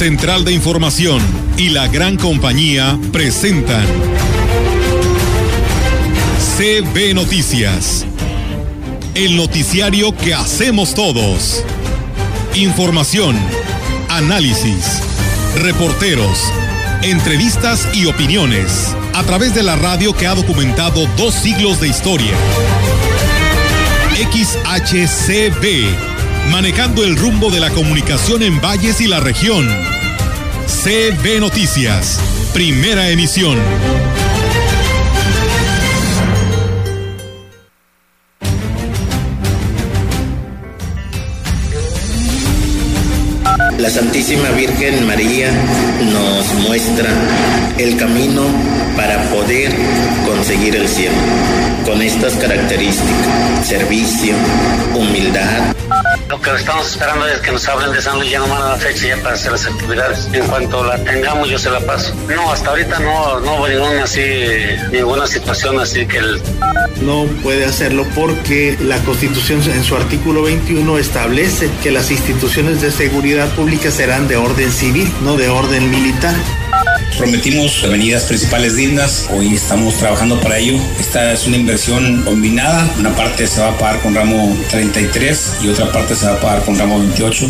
Central de Información y la gran compañía presentan CB Noticias, el noticiario que hacemos todos. Información, análisis, reporteros, entrevistas y opiniones a través de la radio que ha documentado 2 siglos de historia. XHCB, manejando el rumbo de la comunicación en Valles y la región. CB Noticias, primera emisión. La Santísima Virgen María nos muestra el camino para poder conseguir el cielo, con estas características: servicio, humildad. Lo que estamos esperando es que nos hablen de San Luis, ya no mandan la fecha ya para hacer las actividades. En cuanto la tengamos, yo se la paso. No, hasta ahorita no hubo ninguna situación así que No puede hacerlo porque la Constitución en su artículo 21 establece que las instituciones de seguridad pública serán de orden civil, no de orden militar. Prometimos avenidas principales dignas, hoy estamos trabajando para ello. Esta es una inversión combinada, una parte se va a pagar con ramo 33 y otra parte se va a pagar con ramo 28.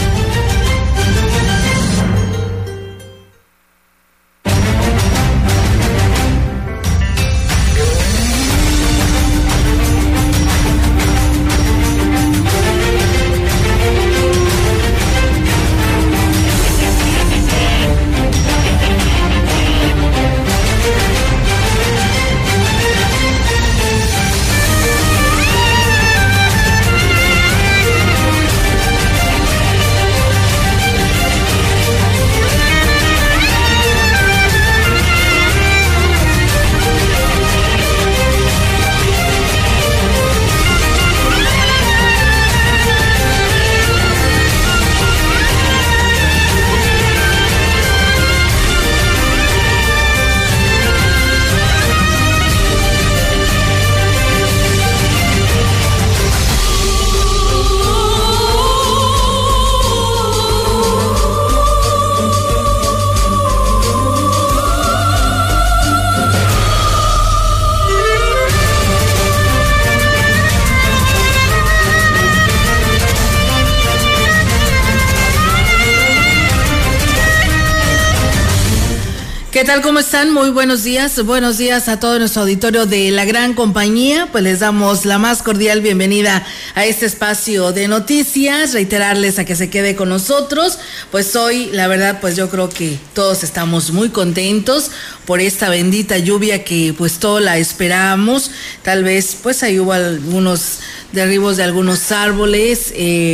¿Qué tal? ¿Cómo están? Muy buenos días a todo nuestro auditorio de la gran compañía. Pues les damos la más cordial bienvenida a este espacio de noticias, reiterarles a que se quede con nosotros. Pues hoy, la verdad, pues yo creo que todos estamos muy contentos por esta bendita lluvia que pues todos la esperábamos. Tal vez pues ahí hubo algunos derribos de algunos árboles,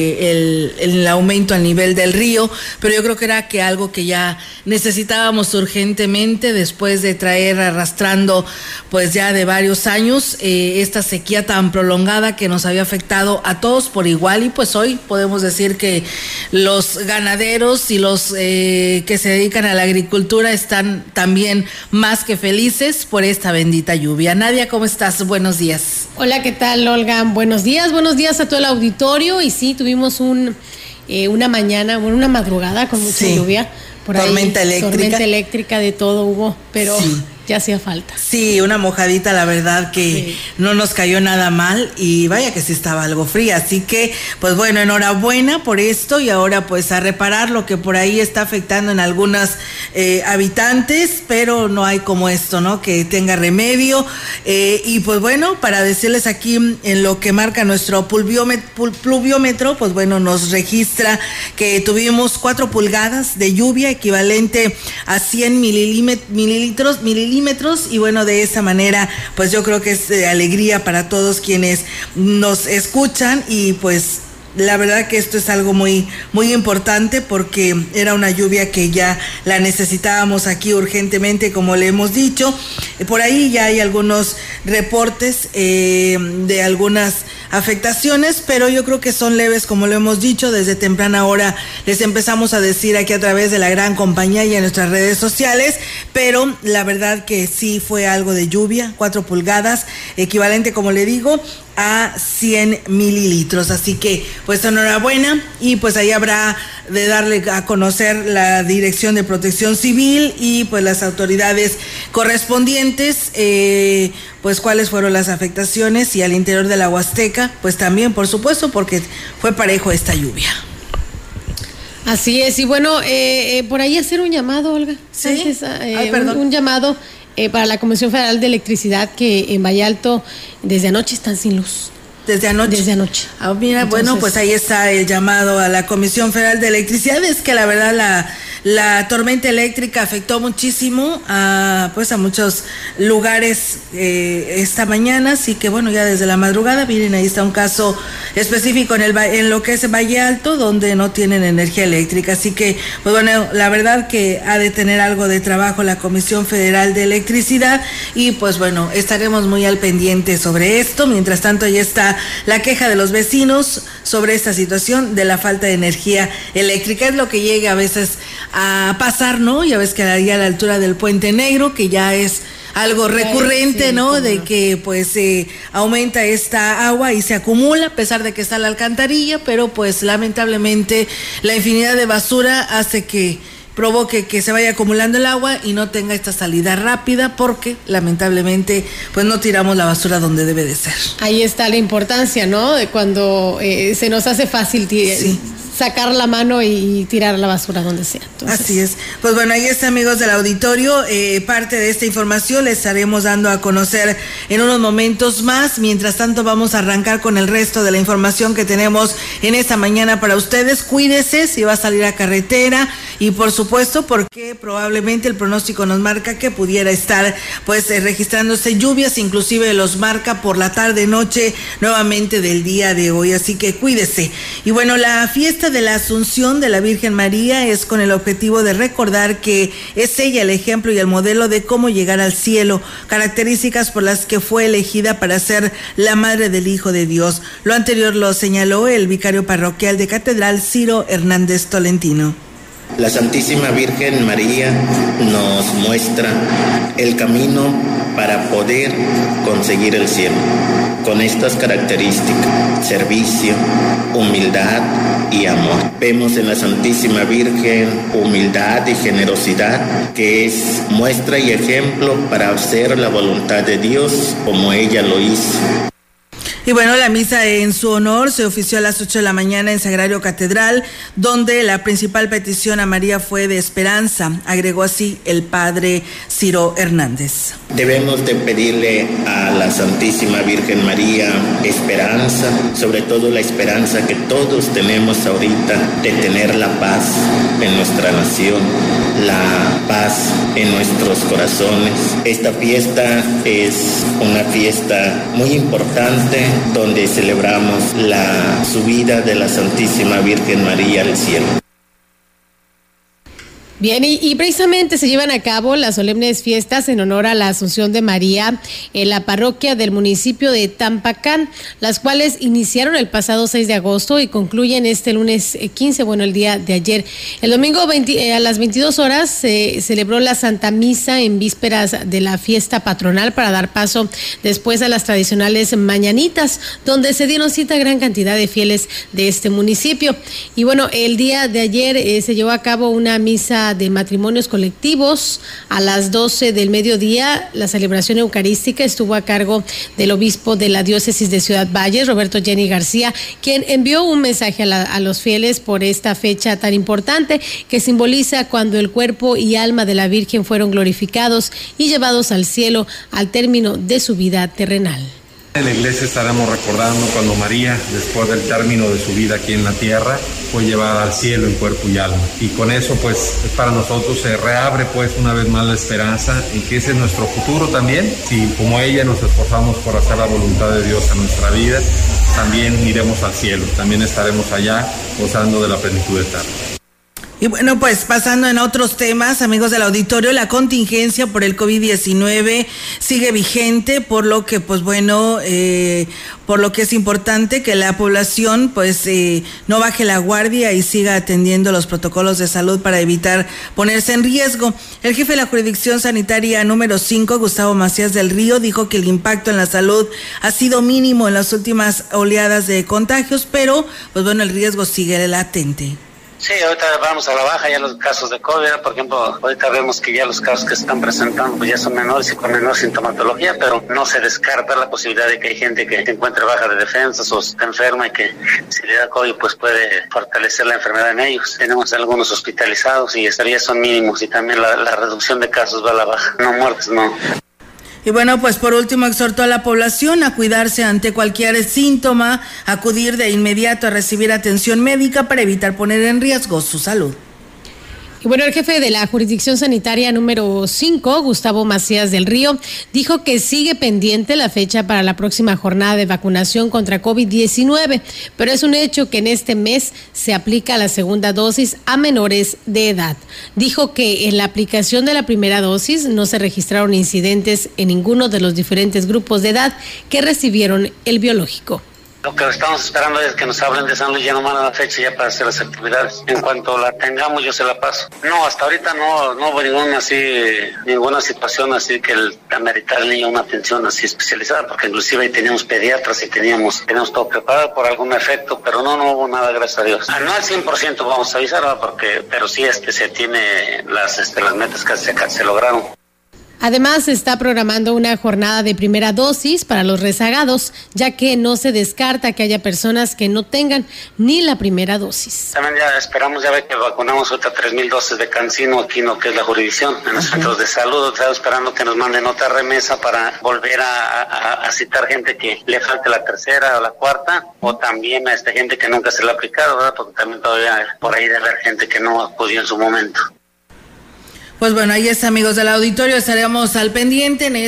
el aumento al nivel del río, pero yo creo que era algo que ya necesitábamos urgentemente después de traer arrastrando pues ya de varios años esta sequía tan prolongada que nos había afectado a todos por igual. Y pues hoy podemos decir que los ganaderos y los que se dedican a la agricultura están también más que felices por esta bendita lluvia. Nadia, ¿cómo estás? Buenos días. Hola, ¿qué tal, Olga? Buenos días a todo el auditorio. Y sí, tuvimos una madrugada con mucha lluvia. Tormenta eléctrica, de todo hubo, pero sí, ya hacía falta. Sí, una mojadita, la verdad que no nos cayó nada mal y vaya que sí estaba algo fría, así que pues bueno, enhorabuena por esto y ahora pues a reparar lo que por ahí está afectando en algunas habitantes, pero no hay como esto, ¿no? Que tenga remedio y pues bueno, para decirles aquí en lo que marca nuestro pluviómetro, pues bueno, nos registra que tuvimos 4 pulgadas de lluvia, equivalente a 100 milímetros, y bueno, de esa manera pues yo creo que es alegría para todos quienes nos escuchan y pues la verdad que esto es algo muy, muy importante porque era una lluvia que ya la necesitábamos aquí urgentemente, como le hemos dicho. Por ahí ya hay algunos reportes de algunas afectaciones, pero yo creo que son leves, como lo hemos dicho. Desde temprana hora les empezamos a decir aquí a través de la gran compañía y en nuestras redes sociales, pero la verdad que sí fue algo de lluvia, 4 pulgadas, equivalente, como le digo, a 100 mililitros. Así que pues enhorabuena, y pues ahí habrá de darle a conocer la Dirección de Protección Civil y pues las autoridades correspondientes, pues cuáles fueron las afectaciones, y al interior de la Huasteca pues también, por supuesto, porque fue parejo esta lluvia. Así es, y bueno, por ahí hacer un llamado, Olga. Sí. Antes, un llamado para la Comisión Federal de Electricidad, que en Valle Alto desde anoche están sin luz. Desde anoche. Desde anoche. Ah, mira, entonces, bueno, pues ahí está el llamado a la Comisión Federal de Electricidad. Es que la verdad la tormenta eléctrica afectó muchísimo a muchos lugares esta mañana, así que bueno, ya desde la madrugada, miren, ahí está un caso específico en lo que es Valle Alto, donde no tienen energía eléctrica, así que pues bueno, la verdad que ha de tener algo de trabajo la Comisión Federal de Electricidad, y pues bueno, estaremos muy al pendiente sobre esto. Mientras tanto, ahí está la queja de los vecinos sobre esta situación de la falta de energía eléctrica. Es lo que llega a veces a pasar, ¿no? Ya ves que ahí a la altura del Puente Negro, que ya es algo recurrente, sí, ¿no? De que pues aumenta esta agua y se acumula, a pesar de que está la alcantarilla, pero pues lamentablemente la infinidad de basura hace que provoque que se vaya acumulando el agua y no tenga esta salida rápida, porque lamentablemente pues no tiramos la basura donde debe de ser. Ahí está la importancia, ¿no? De cuando se nos hace fácil sacar la mano y tirar la basura donde sea. Entonces, así es. Pues bueno, ahí está, amigos del auditorio, parte de esta información les estaremos dando a conocer en unos momentos más. Mientras tanto, vamos a arrancar con el resto de la información que tenemos en esta mañana para ustedes. Cuídese si va a salir a carretera, y por supuesto, porque probablemente el pronóstico nos marca que pudiera estar pues registrándose lluvias, inclusive los marca por la tarde noche nuevamente del día de hoy, así que cuídese. Y bueno, la fiesta de la Asunción de la Virgen María es con el objetivo de recordar que es ella el ejemplo y el modelo de cómo llegar al cielo, características por las que fue elegida para ser la madre del Hijo de Dios. Lo anterior lo señaló el vicario parroquial de Catedral, Ciro Hernández Tolentino. La Santísima Virgen María nos muestra el camino para poder conseguir el cielo, con estas características: servicio, humildad y amor. Vemos en la Santísima Virgen humildad y generosidad, que es muestra y ejemplo para hacer la voluntad de Dios como ella lo hizo. Y bueno, la misa en su honor se ofició a las 8 de la mañana en Sagrario Catedral, donde la principal petición a María fue de esperanza, agregó así el padre Ciro Hernández. Debemos de pedirle a la Santísima Virgen María esperanza, sobre todo la esperanza que todos tenemos ahorita de tener la paz en nuestra nación, la paz en nuestros corazones. Esta fiesta es una fiesta muy importante, donde celebramos la subida de la Santísima Virgen María al cielo. Bien, y precisamente se llevan a cabo las solemnes fiestas en honor a la Asunción de María en la parroquia del municipio de Tampacán, las cuales iniciaron el pasado 6 de agosto y concluyen este lunes 15, el día de ayer. El domingo a las 22 horas se celebró la Santa Misa en vísperas de la fiesta patronal, para dar paso después a las tradicionales mañanitas, donde se dieron cita a gran cantidad de fieles de este municipio. Y bueno, el día de ayer se llevó a cabo una misa de matrimonios colectivos a las 12 del mediodía. La celebración eucarística estuvo a cargo del obispo de la diócesis de Ciudad Valles, Roberto Jenny García, quien envió un mensaje a los fieles por esta fecha tan importante, que simboliza cuando el cuerpo y alma de la Virgen fueron glorificados y llevados al cielo al término de su vida terrenal. En la iglesia estaremos recordando cuando María, después del término de su vida aquí en la tierra, fue llevada al cielo en cuerpo y alma. Y con eso, pues, para nosotros se reabre, pues, una vez más la esperanza en que ese es nuestro futuro también. Si como ella nos esforzamos por hacer la voluntad de Dios en nuestra vida, también iremos al cielo, también estaremos allá gozando de la plenitud eterna. Y bueno, pues pasando en otros temas, amigos del auditorio, la contingencia por el COVID-19 sigue vigente, por lo que, pues bueno, por lo que es importante que la población, pues, no baje la guardia y siga atendiendo los protocolos de salud para evitar ponerse en riesgo. El jefe de la jurisdicción sanitaria número 5, Gustavo Macías del Río, dijo que el impacto en la salud ha sido mínimo en las últimas oleadas de contagios, pero, pues bueno, el riesgo sigue latente. Sí, ahorita vamos a la baja ya los casos de COVID, por ejemplo, ahorita vemos que ya los casos que se están presentando pues ya son menores y con menor sintomatología, pero no se descarta la posibilidad de que hay gente que se encuentre baja de defensas o está enferma y que si le da COVID pues puede fortalecer la enfermedad en ellos. Tenemos algunos hospitalizados y estaría son mínimos y también la reducción de casos va a la baja, no muertes, no. Y bueno, pues por último exhortó a la población a cuidarse ante cualquier síntoma, acudir de inmediato a recibir atención médica para evitar poner en riesgo su salud. Y bueno, el jefe de la jurisdicción sanitaria número 5, Gustavo Macías del Río, dijo que sigue pendiente la fecha para la próxima jornada de vacunación contra COVID-19, pero es un hecho que en este mes se aplica la segunda dosis a menores de edad. Dijo que en la aplicación de la primera dosis no se registraron incidentes en ninguno de los diferentes grupos de edad que recibieron el biológico. Lo que estamos esperando es que nos hablen de San Luis, ya no mandan la fecha ya para hacer las actividades. En cuanto la tengamos, yo se la paso. No, hasta ahorita no hubo ninguna situación así que ameritar al niño una atención así especializada, porque inclusive ahí teníamos pediatras y teníamos todo preparado por algún efecto, pero no hubo nada, gracias a Dios. No al 100% vamos a avisar, ¿verdad? Pero sí se tiene las metas que se lograron. Además, se está programando una jornada de primera dosis para los rezagados, ya que no se descarta que haya personas que no tengan ni la primera dosis. También ya esperamos, ya ve que vacunamos ahorita 3,000 dosis de Cancino aquí en lo que es la jurisdicción, en los centros de salud. Estamos esperando que nos manden otra remesa para volver a citar gente que le falte la tercera o la cuarta, o también a gente que nunca se la ha aplicado, ¿verdad? Porque también todavía por ahí debe haber gente que no acudió en su momento. Pues bueno, ahí está, amigos del auditorio, estaremos al pendiente en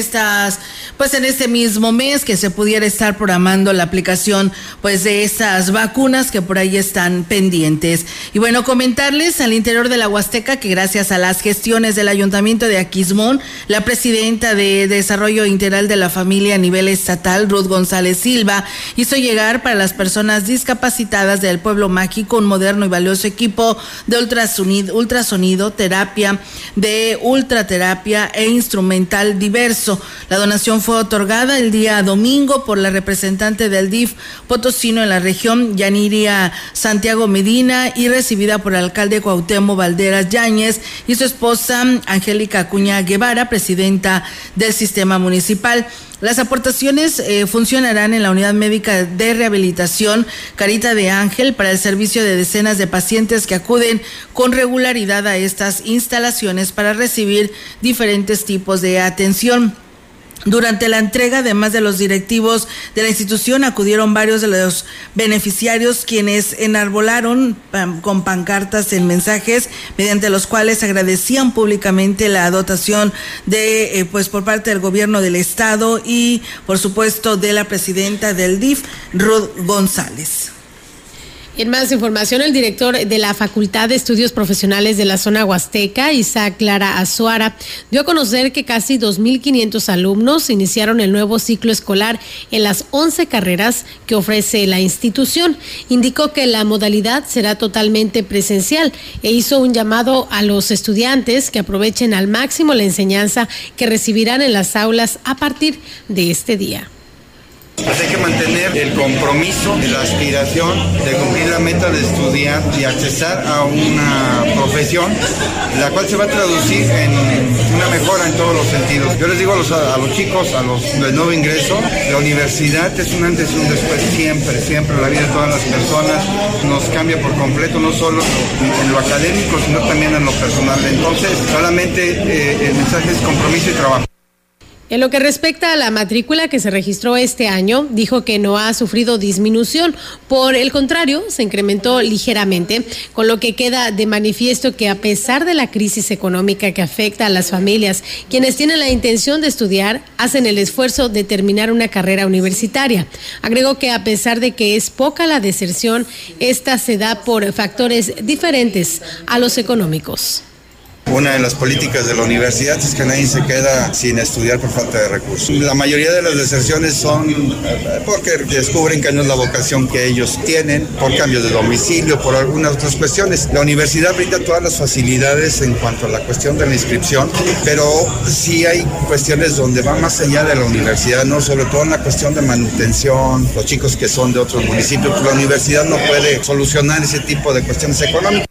este mismo mes que se pudiera estar programando la aplicación pues de estas vacunas que por ahí están pendientes. Y bueno, comentarles al interior de la Huasteca que gracias a las gestiones del Ayuntamiento de Aquismón, la presidenta de Desarrollo Integral de la Familia a nivel estatal, Ruth González Silva, hizo llegar para las personas discapacitadas del Pueblo Mágico un moderno y valioso equipo de ultrasonido, terapia de ultraterapia e instrumental diverso. La donación fue otorgada el día domingo por la representante del DIF potosino en la región, Yaniria Santiago Medina, y recibida por el alcalde Cuauhtémoc Valderas Yáñez y su esposa Angélica Acuña Guevara, presidenta del sistema municipal. Las aportaciones funcionarán en la unidad médica de rehabilitación Carita de Ángel para el servicio de decenas de pacientes que acuden con regularidad a estas instalaciones para recibir diferentes tipos de atención. Durante la entrega, además de los directivos de la institución, acudieron varios de los beneficiarios quienes enarbolaron con pancartas en mensajes mediante los cuales agradecían públicamente la dotación de por parte del gobierno del estado y por supuesto de la presidenta del DIF, Ruth González. En más información, el director de la Facultad de Estudios Profesionales de la Zona Huasteca, Isaac Clara Azuara, dio a conocer que casi 2,500 alumnos iniciaron el nuevo ciclo escolar en las 11 carreras que ofrece la institución. Indicó que la modalidad será totalmente presencial e hizo un llamado a los estudiantes que aprovechen al máximo la enseñanza que recibirán en las aulas a partir de este día. Pues hay que mantener el compromiso, la aspiración de cumplir la meta de estudiar y accesar a una profesión, la cual se va a traducir en una mejora en todos los sentidos. Yo les digo a los chicos, a los de nuevo ingreso, la universidad es un antes y un después, siempre la vida de todas las personas nos cambia por completo, no solo en lo académico, sino también en lo personal. Entonces, solamente el mensaje es compromiso y trabajo. En lo que respecta a la matrícula que se registró este año, dijo que no ha sufrido disminución. Por el contrario, se incrementó ligeramente, con lo que queda de manifiesto que a pesar de la crisis económica que afecta a las familias, quienes tienen la intención de estudiar hacen el esfuerzo de terminar una carrera universitaria. Agregó que a pesar de que es poca la deserción, esta se da por factores diferentes a los económicos. Una de las políticas de la universidad es que nadie se queda sin estudiar por falta de recursos. La mayoría de las deserciones son porque descubren que no es la vocación que ellos tienen, por cambios de domicilio, por algunas otras cuestiones. La universidad brinda todas las facilidades en cuanto a la cuestión de la inscripción, pero sí hay cuestiones donde van más allá de la universidad, ¿no? Sobre todo en la cuestión de manutención, los chicos que son de otros municipios, pues la universidad no puede solucionar ese tipo de cuestiones económicas.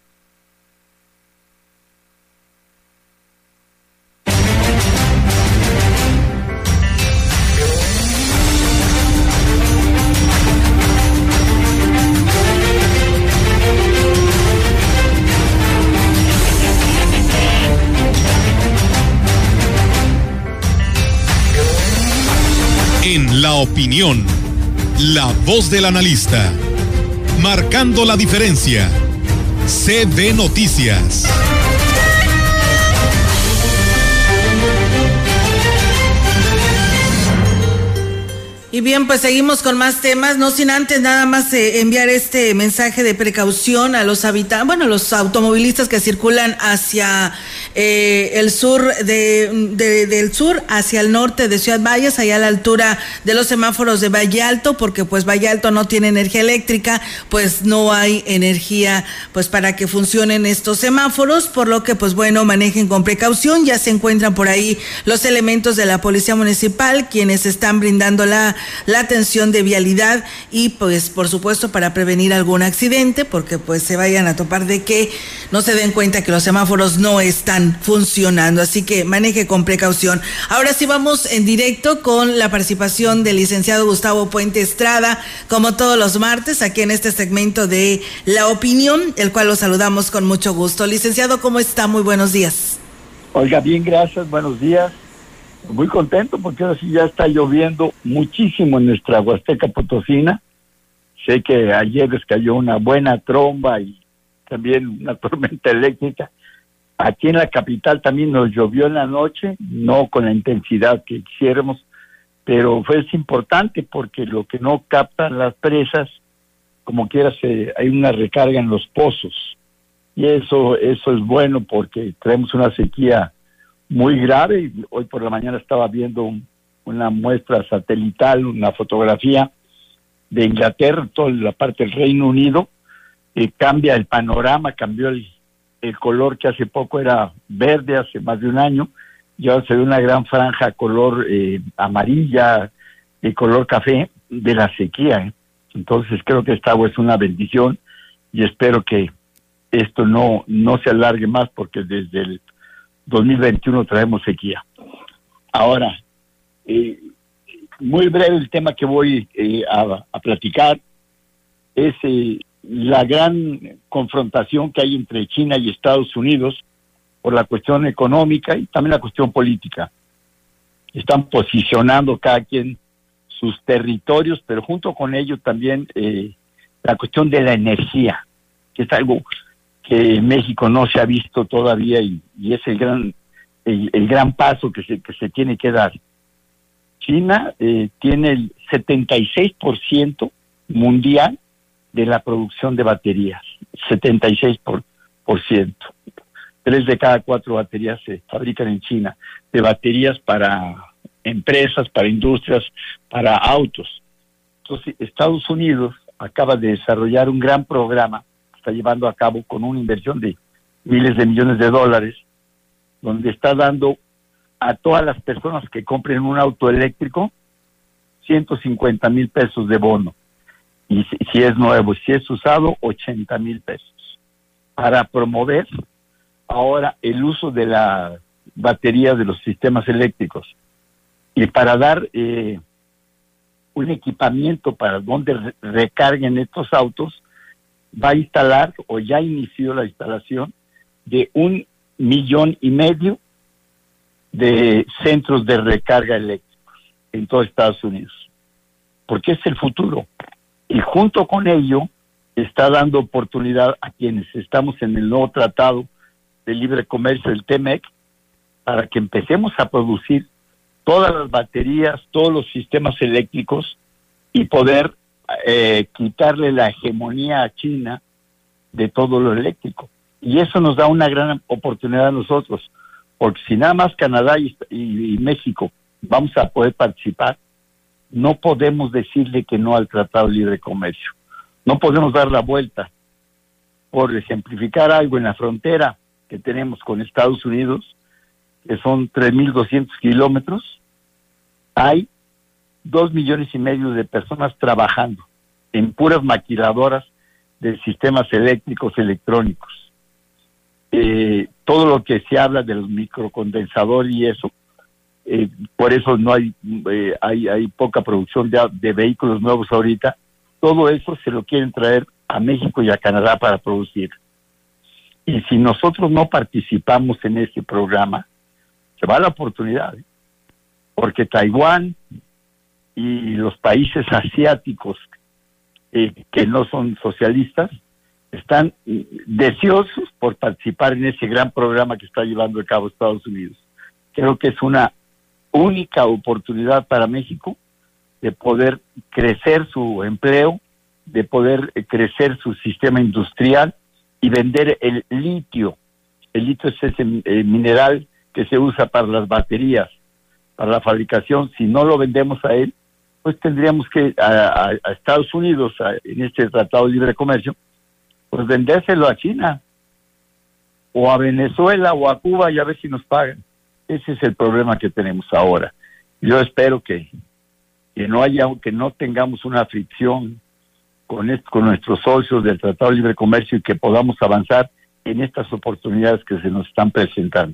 En La Opinión, la voz del analista, marcando la diferencia. CB Noticias. Y bien, pues seguimos con más temas, no sin antes nada más enviar este mensaje de precaución a los los automovilistas que circulan hacia el sur del sur hacia el norte de Ciudad Valles, allá a la altura de los semáforos de Valle Alto, porque pues Valle Alto no tiene energía eléctrica, pues no hay energía pues para que funcionen estos semáforos, por lo que pues bueno, manejen con precaución. Ya se encuentran por ahí los elementos de la Policía Municipal, quienes están brindando la atención de vialidad y pues por supuesto para prevenir algún accidente, porque pues se vayan a topar de que no se den cuenta que los semáforos no están funcionando, así que maneje con precaución. Ahora sí vamos en directo con la participación del licenciado Gustavo Puente Estrada, como todos los martes, aquí en este segmento de La Opinión, el cual lo saludamos con mucho gusto. Licenciado, ¿cómo está? Muy buenos días. Oiga, bien, gracias, buenos días. Muy contento porque ahora sí ya está lloviendo muchísimo en nuestra Huasteca Potosina. Sé que ayer les cayó una buena tromba y también una tormenta eléctrica. Aquí en la capital también nos llovió en la noche, no con la intensidad que quisiéramos, pero fue importante porque lo que no captan las presas, como quiera, hay una recarga en los pozos. Y eso es bueno porque traemos una sequía muy grave. Y hoy por la mañana estaba viendo una muestra satelital, una fotografía de Inglaterra, toda la parte del Reino Unido, cambia el panorama, cambió el color que hace poco era verde, hace más de un año, y ahora se ve una gran franja color amarilla, color café de la sequía. Entonces creo que esta agua es una bendición y espero que esto no se alargue más, porque desde el 2021 traemos sequía. Ahora, muy breve el tema que voy a platicar es la gran confrontación que hay entre China y Estados Unidos por la cuestión económica y también la cuestión política. Están posicionando cada quien sus territorios, pero junto con ello también la cuestión de la energía, que es algo que en México no se ha visto todavía y es el gran paso que se tiene que dar. China tiene el 76% mundial de la producción de baterías, 76%. 3 de cada 4 baterías se fabrican en China, de baterías para empresas, para industrias, para autos. Entonces, Estados Unidos acaba de desarrollar un gran programa, está llevando a cabo con una inversión de miles de millones de dólares, donde está dando a todas las personas que compren un auto eléctrico 150,000 pesos de bono. Y si es nuevo, si es usado, 80,000 pesos. Para promover ahora el uso de la batería de los sistemas eléctricos. Y para dar un equipamiento para donde recarguen estos autos, va a instalar, o ya inició la instalación, de 1,5 millones de centros de recarga eléctrica en todo Estados Unidos, porque es el futuro. Y junto con ello está dando oportunidad a quienes estamos en el nuevo Tratado de Libre Comercio, el TEMEC, para que empecemos a producir todas las baterías, todos los sistemas eléctricos y poder quitarle la hegemonía a China de todo lo eléctrico. Y eso nos da una gran oportunidad a nosotros, porque si nada más Canadá y México vamos a poder participar, no podemos decirle que no al Tratado de Libre Comercio. No podemos dar la vuelta. Por ejemplificar algo, en la frontera que tenemos con Estados Unidos, que son 3.200 kilómetros, hay 2,5 millones de personas trabajando en puras maquiladoras de sistemas eléctricos electrónicos. Todo lo que se habla de los microcondensadores y eso, por eso no hay poca producción de vehículos nuevos ahorita. Todo eso se lo quieren traer a México y a Canadá para producir. Y si nosotros no participamos en este programa, se va la oportunidad, porque Taiwán y los países asiáticos que no son socialistas están deseosos por participar en ese gran programa que está llevando a cabo Estados Unidos. Creo que es una única oportunidad para México de poder crecer su empleo, de poder crecer su sistema industrial y vender el litio. El litio es ese mineral que se usa para las baterías, para la fabricación. Si no lo vendemos a él, pues tendríamos que a Estados Unidos, en este Tratado de Libre Comercio, pues vendérselo a China, o a Venezuela, o a Cuba, y a ver si nos pagan. Ese es el problema que tenemos ahora. Yo espero que no tengamos una fricción con nuestros socios del Tratado de Libre Comercio y que podamos avanzar en estas oportunidades que se nos están presentando.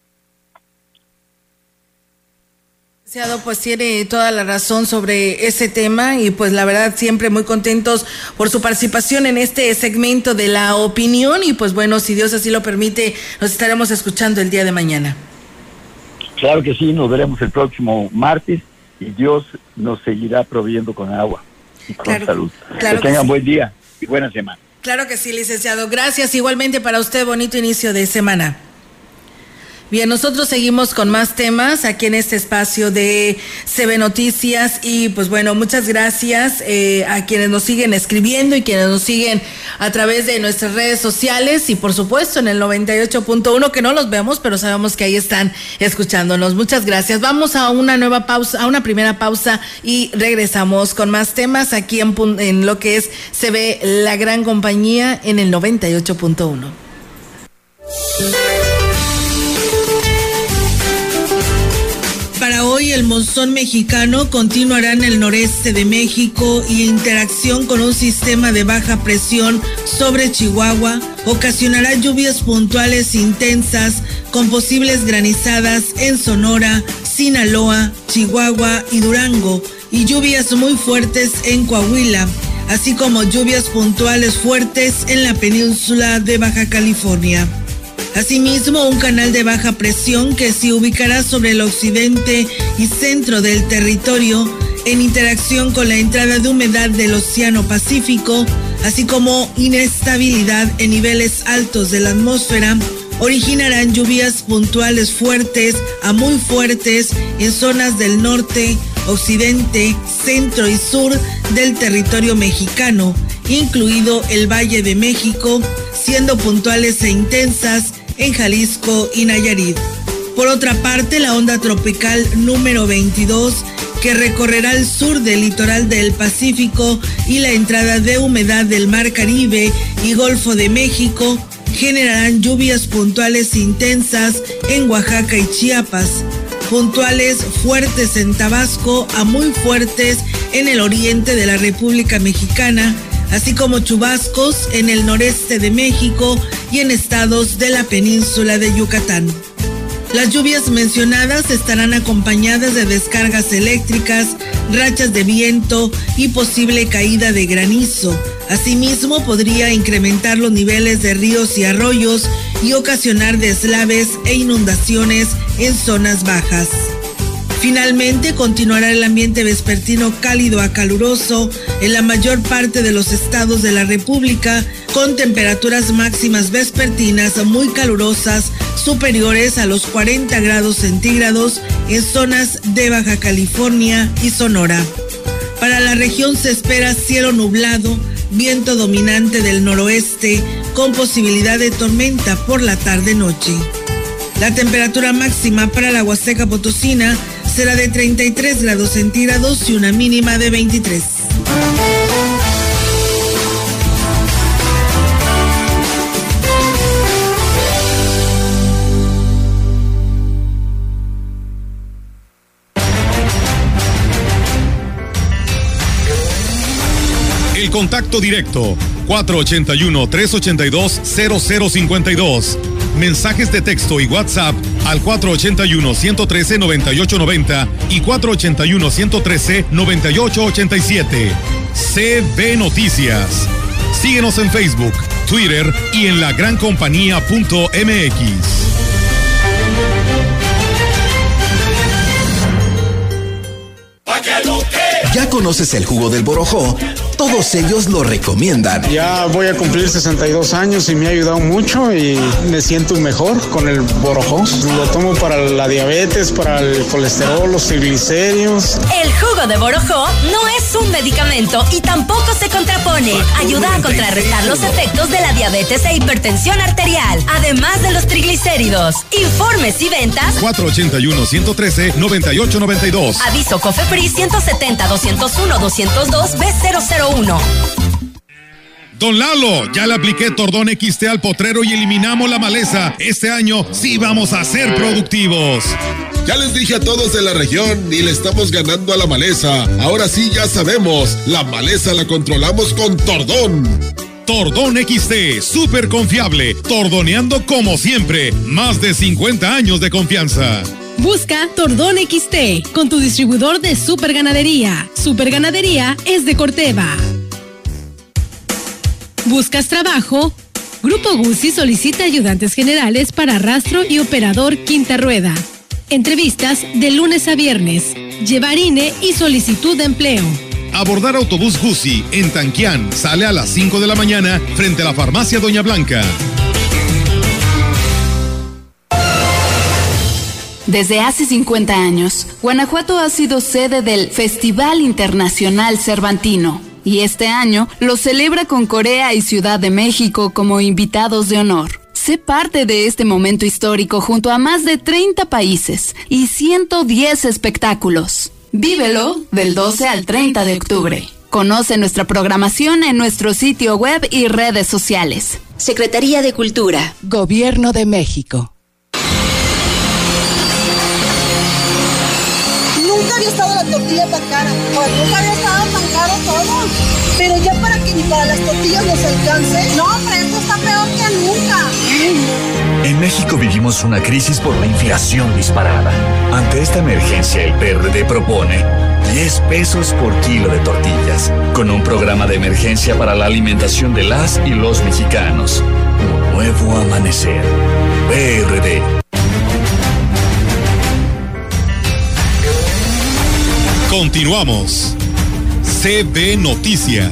Pues tiene toda la razón sobre ese tema y pues la verdad siempre muy contentos por su participación en este segmento de la opinión y pues bueno, si Dios así lo permite, nos estaremos escuchando el día de mañana. Claro que sí, nos veremos el próximo martes y Dios nos seguirá proveyendo con agua y con salud. Claro que tengan buen día y buena semana. Claro que sí, licenciado. Gracias igualmente para usted, bonito inicio de semana. Bien, nosotros seguimos con más temas aquí en este espacio de CB Noticias y pues bueno, muchas gracias a quienes nos siguen escribiendo y quienes nos siguen a través de nuestras redes sociales y por supuesto en el 98.1 que no los vemos, pero sabemos que ahí están escuchándonos. Muchas gracias. Vamos a una nueva pausa, a una primera pausa y regresamos con más temas aquí en lo que es CB La Gran Compañía en el 98.1. Para hoy el monzón mexicano continuará en el noreste de México y en interacción con un sistema de baja presión sobre Chihuahua ocasionará lluvias puntuales intensas con posibles granizadas en Sonora, Sinaloa, Chihuahua y Durango y lluvias muy fuertes en Coahuila, así como lluvias puntuales fuertes en la península de Baja California. Asimismo, un canal de baja presión que se ubicará sobre el occidente y centro del territorio en interacción con la entrada de humedad del Océano Pacífico, así como inestabilidad en niveles altos de la atmósfera, originarán lluvias puntuales fuertes a muy fuertes en zonas del norte, occidente, centro y sur del territorio mexicano, incluido el Valle de México, siendo puntuales e intensas en Jalisco y Nayarit. Por otra parte, la onda tropical número 22, que recorrerá el sur del litoral del Pacífico y la entrada de humedad del Mar Caribe y Golfo de México, generarán lluvias puntuales intensas en Oaxaca y Chiapas, puntuales fuertes en Tabasco a muy fuertes en el oriente de la República Mexicana, así como chubascos en el noreste de México y en estados de la península de Yucatán. Las lluvias mencionadas estarán acompañadas de descargas eléctricas, rachas de viento y posible caída de granizo. Asimismo, podría incrementar los niveles de ríos y arroyos y ocasionar deslaves e inundaciones en zonas bajas. Finalmente, continuará el ambiente vespertino cálido a caluroso en la mayor parte de los estados de la República, con temperaturas máximas vespertinas muy calurosas, superiores a los 40 grados centígrados en zonas de Baja California y Sonora. Para la región se espera cielo nublado, viento dominante del noroeste, con posibilidad de tormenta por la tarde-noche. La temperatura máxima para la Huasteca Potosina será de 33 grados centígrados y una mínima de 23. El contacto directo 481-382-0052. Mensajes de texto y WhatsApp al 481-113-9890 y 481-113-9887. CB Noticias. Síguenos en Facebook, Twitter y en lagrancompañía.mx. ¿Ya conoces el jugo del Borojó? Todos ellos lo recomiendan. Ya voy a cumplir 62 años y me ha ayudado mucho y me siento mejor con el Borojó. Lo tomo para la diabetes, para el colesterol, los triglicéridos. El jugo de Borojó no es un medicamento y tampoco se contrapone. Ayuda a contrarrestar los efectos de la diabetes e hipertensión arterial, además de los triglicéridos. Informes y ventas 481-113-9892. Aviso COFEPRIS 170-201-202-B001. Don Lalo, ya le apliqué Tordón XT al potrero y eliminamos la maleza. Este año sí vamos a ser productivos. Ya les dije a todos de la región y le estamos ganando a la maleza. Ahora sí ya sabemos, la maleza la controlamos con Tordón. Tordón XT, súper confiable, tordoneando como siempre. Más de 50 años de confianza. Busca Tordón XT con tu distribuidor de Super Ganadería. Super Ganadería es de Corteva. ¿Buscas trabajo? Grupo Guzzi solicita ayudantes generales para rastro y operador quinta rueda. Entrevistas de lunes a viernes. Llevar INE y solicitud de empleo. Abordar autobús Guzzi en Tanquián. Sale a las 5 de la mañana frente a la farmacia Doña Blanca. Desde hace 50 años, Guanajuato ha sido sede del Festival Internacional Cervantino y este año lo celebra con Corea y Ciudad de México como invitados de honor. Sé parte de este momento histórico junto a más de 30 países y 110 espectáculos. Vívelo del 12 al 30 de octubre. Conoce nuestra programación en nuestro sitio web y redes sociales. Secretaría de Cultura. Gobierno de México. Nunca había estado la tortilla tan cara, nunca había estado tan caro todo. Pero ya para que ni para las tortillas nos alcance. No, hombre, esto está peor que nunca. En México vivimos una crisis por la inflación disparada. Ante esta emergencia, el PRD propone 10 pesos por kilo de tortillas, con un programa de emergencia para la alimentación de las y los mexicanos. Un nuevo amanecer. PRD. Continuamos. CB Noticias.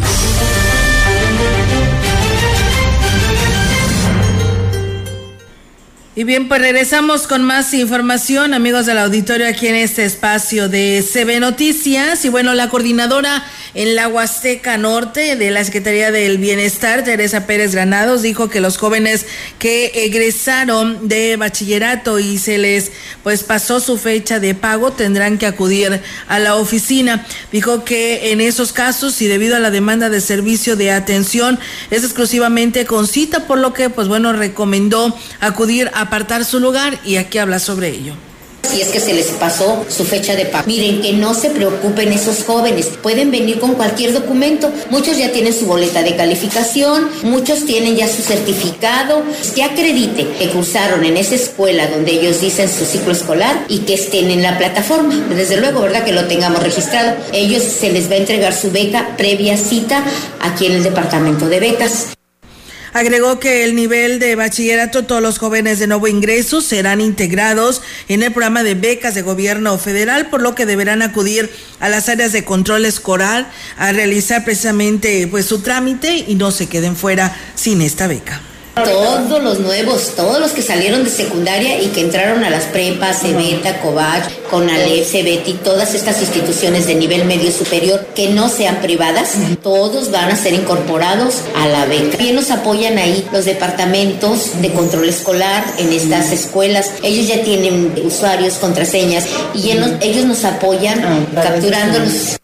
Y bien, pues regresamos con más información, amigos del auditorio, aquí en este espacio de CB Noticias. Y bueno, la coordinadora en la Huasteca Norte de la Secretaría del Bienestar, Teresa Pérez Granados, dijo que los jóvenes que egresaron de bachillerato y se les pues pasó su fecha de pago tendrán que acudir a la oficina. Dijo que en esos casos y debido a la demanda de servicio de atención es exclusivamente con cita, por lo que pues bueno, recomendó acudir a apartar su lugar y aquí habla sobre ello. Si es que se les pasó su fecha de pago. Miren, que no se preocupen esos jóvenes, pueden venir con cualquier documento. Muchos ya tienen su boleta de calificación, muchos tienen ya su certificado que acredite que cursaron en esa escuela donde ellos dicen su ciclo escolar y que estén en la plataforma. Desde luego, ¿verdad? Que lo tengamos registrado. Ellos se les va a entregar su beca previa cita aquí en el departamento de becas. Agregó que el nivel de bachillerato, todos los jóvenes de nuevo ingreso serán integrados en el programa de becas de gobierno federal, por lo que deberán acudir a las áreas de control escolar a realizar precisamente pues su trámite y no se queden fuera sin esta beca. Todos los nuevos, todos los que salieron de secundaria y que entraron a las prepas, Cebeta, Covach, Conalep, Cebeti, todas estas instituciones de nivel medio superior que no sean privadas, todos van a ser incorporados a la beca. También nos apoyan ahí los departamentos de control escolar en estas escuelas. Ellos ya tienen usuarios, contraseñas y ellos nos apoyan capturándolos.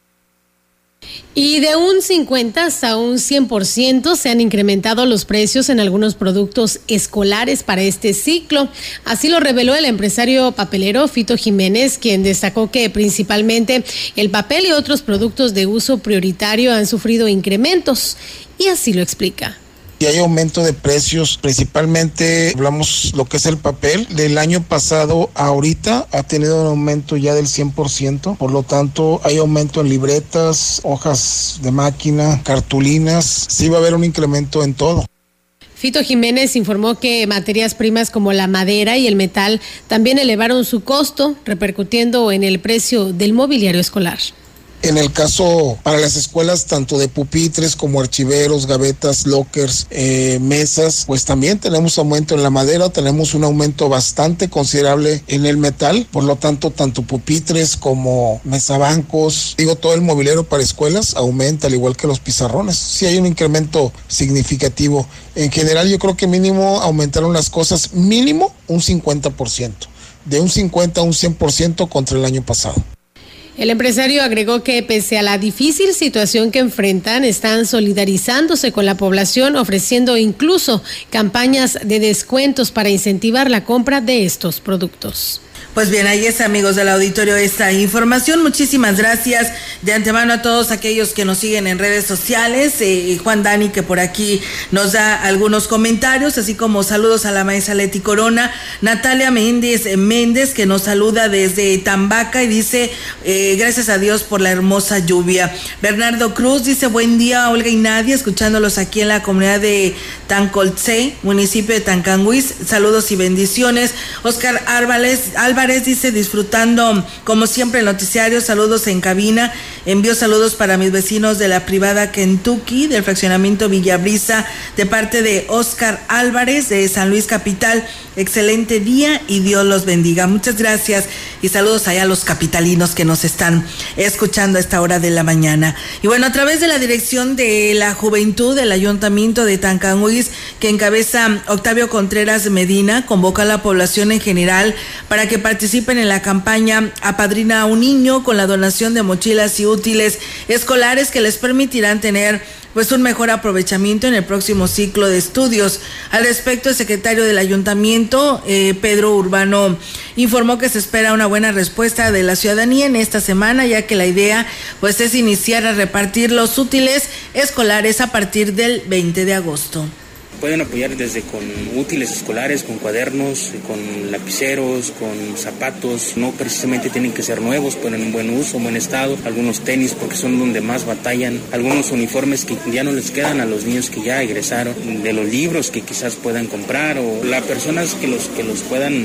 Y de un 50 hasta un 100% se han incrementado los precios en algunos productos escolares para este ciclo. Así lo reveló el empresario papelero Fito Jiménez, quien destacó que principalmente el papel y otros productos de uso prioritario han sufrido incrementos. Y así lo explica. Y hay aumento de precios, principalmente hablamos lo que es el papel. Del año pasado a ahorita ha tenido un aumento ya del 100%, por lo tanto hay aumento en libretas, hojas de máquina, cartulinas, sí va a haber un incremento en todo. Fito Jiménez informó que materias primas como la madera y el metal también elevaron su costo, repercutiendo en el precio del mobiliario escolar. En el caso para las escuelas, tanto de pupitres como archiveros, gavetas, lockers, mesas, pues también tenemos aumento en la madera, tenemos un aumento bastante considerable en el metal, por lo tanto, tanto pupitres como mesabancos, todo el mobiliario para escuelas aumenta, al igual que los pizarrones. Sí hay un incremento significativo. En general, yo creo que mínimo aumentaron las cosas, mínimo un 50%, de un 50 a un 100% contra el año pasado. El empresario agregó que pese a la difícil situación que enfrentan, están solidarizándose con la población, ofreciendo incluso campañas de descuentos para incentivar la compra de estos productos. Pues bien, ahí es, amigos del auditorio, esta información. Muchísimas gracias de antemano a todos aquellos que nos siguen en redes sociales. Juan Dani, que por aquí nos da algunos comentarios, así como saludos a la maestra Leti Corona. Natalia Méndez, que nos saluda desde Tambaca y dice, gracias a Dios por la hermosa lluvia. Bernardo Cruz dice, buen día, Olga y Nadia, escuchándolos aquí en la comunidad de Tancolce, municipio de Tancanguis. Saludos y bendiciones. Oscar Álvarez dice, disfrutando como siempre el noticiario, saludos en cabina, envío saludos para mis vecinos de la privada Kentucky, del fraccionamiento Villabrisa, de parte de Oscar Álvarez de San Luis Capital. Excelente día y Dios los bendiga. Muchas gracias y saludos allá a los capitalinos que nos están escuchando a esta hora de la mañana. Y bueno, a través de la Dirección de la Juventud del Ayuntamiento de Tancanguis, que encabeza Octavio Contreras Medina, convoca a la población en general para que participen en la campaña Apadrina a un niño, con la donación de mochilas y útiles escolares que les permitirán tener pues un mejor aprovechamiento en el próximo ciclo de estudios. Al respecto, el secretario del Ayuntamiento, Pedro Urbano, informó que se espera una buena respuesta de la ciudadanía en esta semana, ya que la idea pues es iniciar a repartir los útiles escolares a partir del 20 de agosto. Pueden apoyar desde con útiles escolares, con cuadernos, con lapiceros, con zapatos. No precisamente tienen que ser nuevos, pero en buen uso, en buen estado. Algunos tenis, porque son donde más batallan. Algunos uniformes que ya no les quedan a los niños que ya egresaron. De los libros que quizás puedan comprar, o las personas que los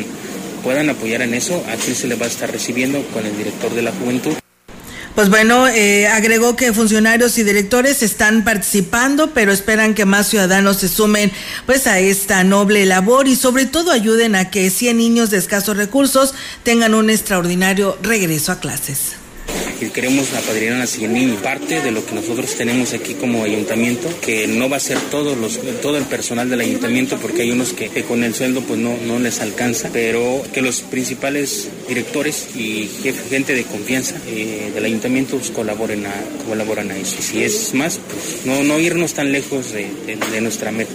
puedan apoyar en eso, aquí se les va a estar recibiendo con el director de la Juventud. Pues bueno, agregó que funcionarios y directores están participando, pero esperan que más ciudadanos se sumen pues a esta noble labor y sobre todo ayuden a que 100 niños de escasos recursos tengan un extraordinario regreso a clases. Y queremos apadrinar a 100 niños. Parte de lo que nosotros tenemos aquí como ayuntamiento, que no va a ser todo el personal del ayuntamiento, porque hay unos que con el sueldo pues no les alcanza, pero que los principales directores y gente de confianza del ayuntamiento pues colaboran a eso. Y si es más, pues no irnos tan lejos de nuestra meta.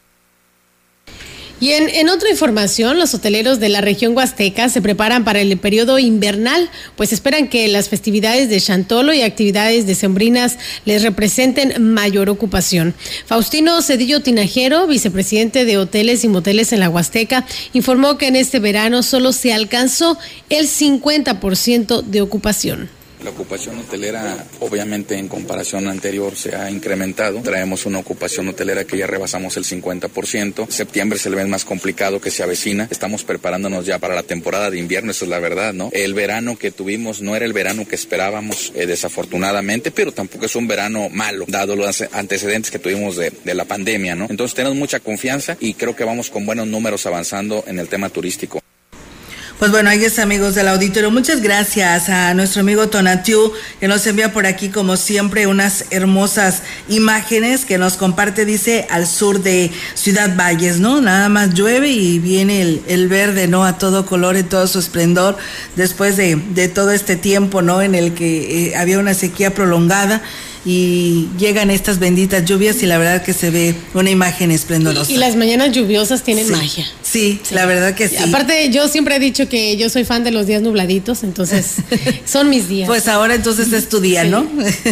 Y en otra información, los hoteleros de la región huasteca se preparan para el periodo invernal, pues esperan que las festividades de Chantolo y actividades decembrinas les representen mayor ocupación. Faustino Cedillo Tinajero, vicepresidente de Hoteles y Moteles en la Huasteca, informó que en este verano solo se alcanzó el 50% de ocupación. La ocupación hotelera, obviamente en comparación anterior, se ha incrementado. Traemos una ocupación hotelera que ya rebasamos el 50%. Septiembre es el mes más complicado que se avecina. Estamos preparándonos ya para la temporada de invierno, eso es la verdad, ¿no? El verano que tuvimos no era el verano que esperábamos, desafortunadamente, pero tampoco es un verano malo, dado los antecedentes que tuvimos de la pandemia, ¿no? Entonces tenemos mucha confianza y creo que vamos con buenos números avanzando en el tema turístico. Pues bueno, ahí es, amigos del auditorio. Muchas gracias a nuestro amigo Tonatiu, que nos envía por aquí, como siempre, unas hermosas imágenes que nos comparte, dice, al sur de Ciudad Valles, ¿no? Nada más llueve y viene el verde, ¿no? A todo color, en todo su esplendor, después de todo este tiempo, ¿no? En el que había una sequía prolongada. Y llegan estas benditas lluvias y la verdad que se ve una imagen esplendorosa. Y las mañanas lluviosas tienen magia. Sí, la verdad que sí. Aparte, yo siempre he dicho que yo soy fan de los días nubladitos, entonces son mis días. Pues ahora entonces es tu día, ¿no?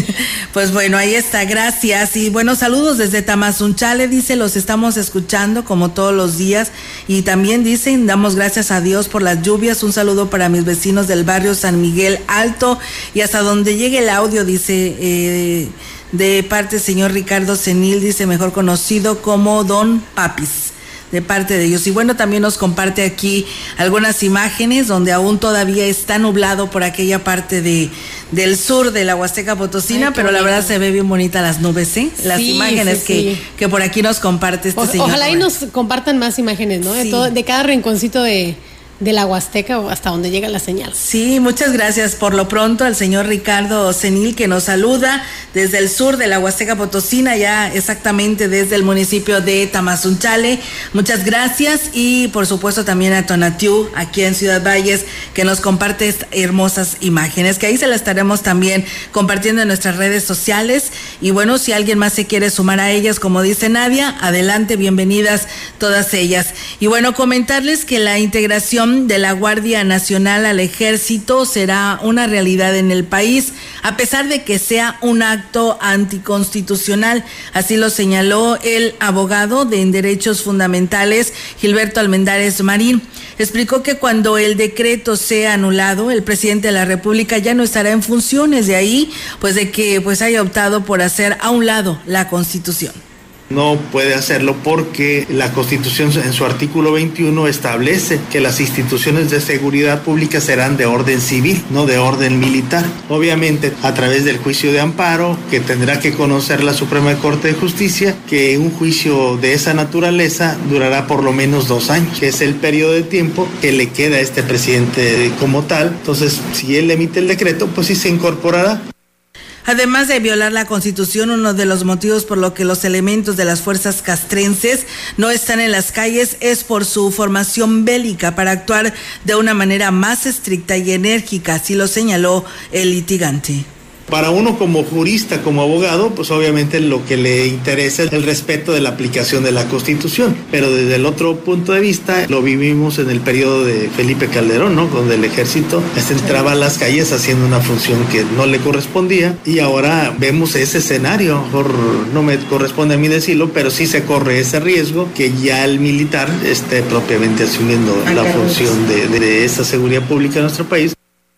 Pues bueno, ahí está, gracias. Y bueno, saludos desde Tamazunchale, dice, los estamos escuchando como todos los días. Y también dicen, damos gracias a Dios por las lluvias. Un saludo para mis vecinos del barrio San Miguel Alto. Y hasta donde llegue el audio, dice... de parte del señor Ricardo Senil, dice, mejor conocido como Don Papis, de parte de ellos. Y bueno, también nos comparte aquí algunas imágenes donde aún todavía está nublado por aquella parte del sur de la Huasteca Potosina. Pero la verdad se ve bien bonita las nubes, ¿eh? Las imágenes que por aquí nos comparte este señor. Ojalá y nos compartan más imágenes, ¿no? De cada rinconcito de la Huasteca o hasta donde llega la señal. Sí, muchas gracias por lo pronto al señor Ricardo Senil, que nos saluda desde el sur de la Huasteca Potosina, ya exactamente desde el municipio de Tamazunchale. Muchas gracias. Y por supuesto también a Tonatiu, aquí en Ciudad Valles, que nos comparte estas hermosas imágenes, que ahí se las estaremos también compartiendo en nuestras redes sociales. Y bueno, si alguien más se quiere sumar a ellas, como dice Nadia, adelante, bienvenidas todas ellas. Y bueno, comentarles que la integración de la Guardia Nacional al Ejército será una realidad en el país, a pesar de que sea un acto anticonstitucional. Así lo señaló el abogado en derechos fundamentales, Gilberto Almendares Marín. Explicó que cuando el decreto sea anulado, el presidente de la República ya no estará en funciones, de ahí pues de que pues haya optado por hacer a un lado la Constitución. No puede hacerlo porque la Constitución en su artículo 21 establece que las instituciones de seguridad pública serán de orden civil, no de orden militar. Obviamente a través del juicio de amparo que tendrá que conocer la Suprema Corte de Justicia, que un juicio de esa naturaleza durará por lo menos 2 años, que es el periodo de tiempo que le queda a este presidente como tal. Entonces, si él emite el decreto, pues sí se incorporará. Además de violar la Constitución, uno de los motivos por lo que los elementos de las fuerzas castrenses no están en las calles es por su formación bélica para actuar de una manera más estricta y enérgica, así lo señaló el litigante. Para uno como jurista, como abogado, pues obviamente lo que le interesa es el respeto de la aplicación de la Constitución. Pero desde el otro punto de vista, lo vivimos en el periodo de Felipe Calderón, ¿no? Donde el ejército entraba a las calles haciendo una función que no le correspondía. Y ahora vemos ese escenario. Mejor no me corresponde a mí decirlo, pero sí se corre ese riesgo que ya el militar esté propiamente asumiendo la función de esa seguridad pública en nuestro país.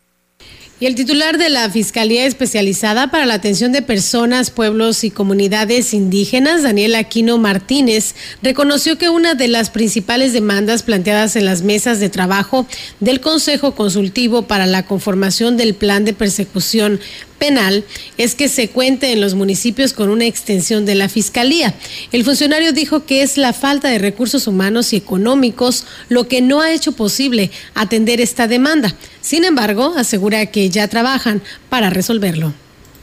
Y el titular de la Fiscalía Especializada para la Atención de Personas, Pueblos y Comunidades Indígenas, Daniel Aquino Martínez, reconoció que una de las principales demandas planteadas en las mesas de trabajo del Consejo Consultivo para la conformación del Plan de Persecución Penal es que se cuente en los municipios con una extensión de la Fiscalía. El funcionario dijo que es la falta de recursos humanos y económicos lo que no ha hecho posible atender esta demanda. Sin embargo, asegura que ya trabajan para resolverlo.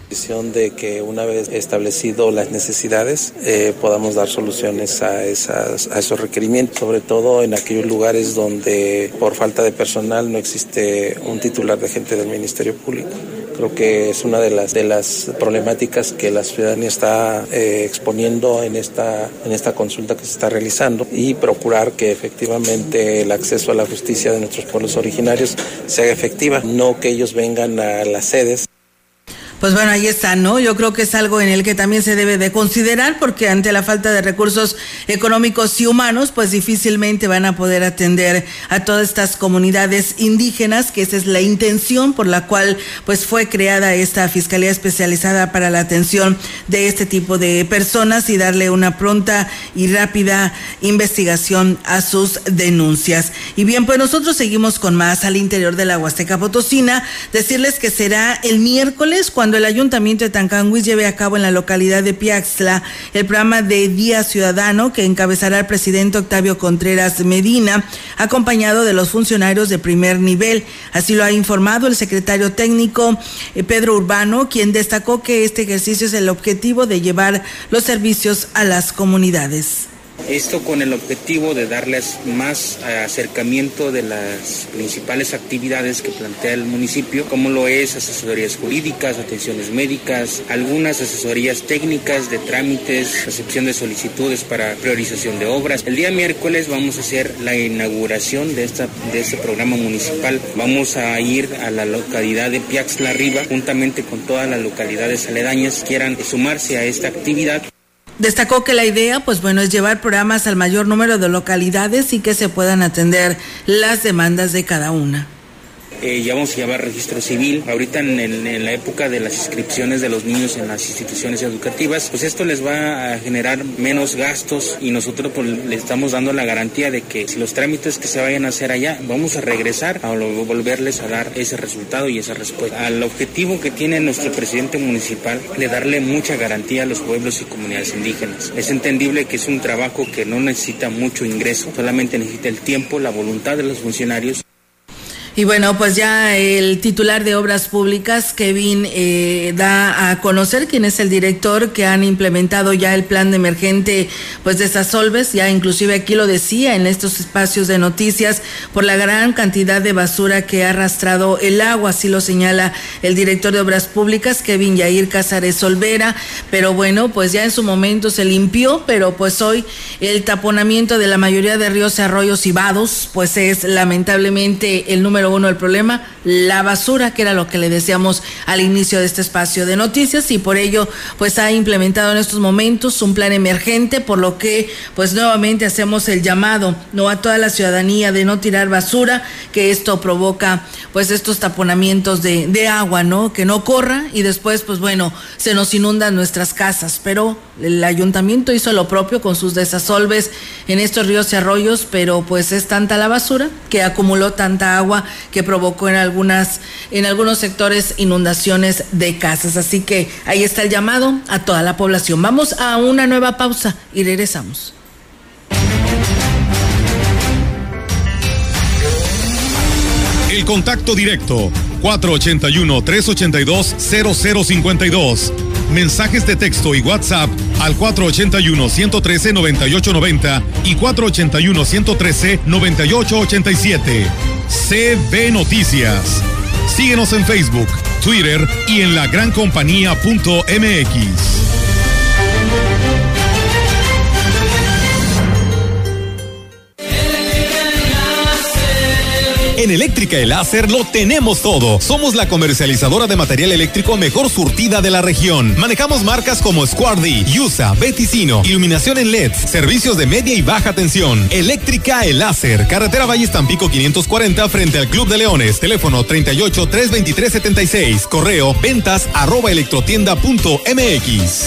De que una vez establecido las necesidades podamos dar soluciones a esos requerimientos, sobre todo en aquellos lugares donde por falta de personal no existe un titular de gente del Ministerio Público. Creo que es una de las problemáticas que la ciudadanía está exponiendo en esta consulta que se está realizando, y procurar que efectivamente el acceso a la justicia de nuestros pueblos originarios sea efectiva, no que ellos vengan a las sedes. Pues bueno, ahí está, ¿no? Yo creo que es algo en el que también se debe de considerar, porque ante la falta de recursos económicos y humanos, pues difícilmente van a poder atender a todas estas comunidades indígenas, que esa es la intención por la cual pues fue creada esta Fiscalía Especializada para la atención de este tipo de personas y darle una pronta y rápida investigación a sus denuncias. Y bien, pues nosotros seguimos con más al interior de la Huasteca Potosina. Decirles que será el miércoles cuando el Ayuntamiento de Tancanwitz lleve a cabo en la localidad de Piaxtla el programa de Día Ciudadano que encabezará el presidente Octavio Contreras Medina, acompañado de los funcionarios de primer nivel. Así lo ha informado el secretario técnico Pedro Urbano, quien destacó que este ejercicio es el objetivo de llevar los servicios a las comunidades. Esto con el objetivo de darles más acercamiento de las principales actividades que plantea el municipio, como lo es asesorías jurídicas, atenciones médicas, algunas asesorías técnicas de trámites, recepción de solicitudes para priorización de obras. El día miércoles vamos a hacer la inauguración de este programa municipal. Vamos a ir a la localidad de Piaxtla Arriba, juntamente con todas las localidades aledañas que quieran sumarse a esta actividad. Destacó que la idea, pues bueno, es llevar programas al mayor número de localidades y que se puedan atender las demandas de cada una. Ya vamos a llevar registro civil. Ahorita en la época de las inscripciones de los niños en las instituciones educativas, pues esto les va a generar menos gastos y nosotros pues le estamos dando la garantía de que si los trámites que se vayan a hacer allá, vamos a regresar a volverles a dar ese resultado y esa respuesta. Al objetivo que tiene nuestro presidente municipal de darle mucha garantía a los pueblos y comunidades indígenas. Es entendible que es un trabajo que no necesita mucho ingreso, solamente necesita el tiempo, la voluntad de los funcionarios. Y bueno, pues ya el titular de Obras Públicas, Kevin, da a conocer quién es el director que han implementado ya el plan de emergente pues de Sasolves. Ya inclusive aquí lo decía en estos espacios de noticias por la gran cantidad de basura que ha arrastrado el agua, así lo señala el director de Obras Públicas, Kevin Yair Cázares Olvera. Pero bueno, pues ya en su momento se limpió, pero pues hoy el taponamiento de la mayoría de ríos, arroyos y vados, pues es lamentablemente el número uno del problema, la basura, que era lo que le decíamos al inicio de este espacio de noticias, y por ello pues ha implementado en estos momentos un plan emergente, por lo que pues nuevamente hacemos el llamado a toda la ciudadanía de no tirar basura, que esto provoca pues estos taponamientos de agua, ¿no? Que no corra y después pues bueno, se nos inundan nuestras casas, pero el ayuntamiento hizo lo propio con sus desasolves en estos ríos y arroyos, pero pues es tanta la basura que acumuló tanta agua que provocó en algunos sectores inundaciones de casas. Así que ahí está el llamado a toda la población. Vamos a una nueva pausa y regresamos. El contacto directo 481-382-0052. Mensajes de texto y WhatsApp al 481-113-9890 y 481-113-9887. CB Noticias. Síguenos en Facebook, Twitter y en lagrancompañía.mx. En Eléctrica El Láser lo tenemos todo. Somos la comercializadora de material eléctrico mejor surtida de la región. Manejamos marcas como Squardi, Yusa, Beticino, iluminación en LED, servicios de media y baja tensión. Eléctrica El Láser, carretera Valles Tampico 540 frente al Club de Leones. Teléfono 38-323-76. Correo ventas@electrotienda.mx.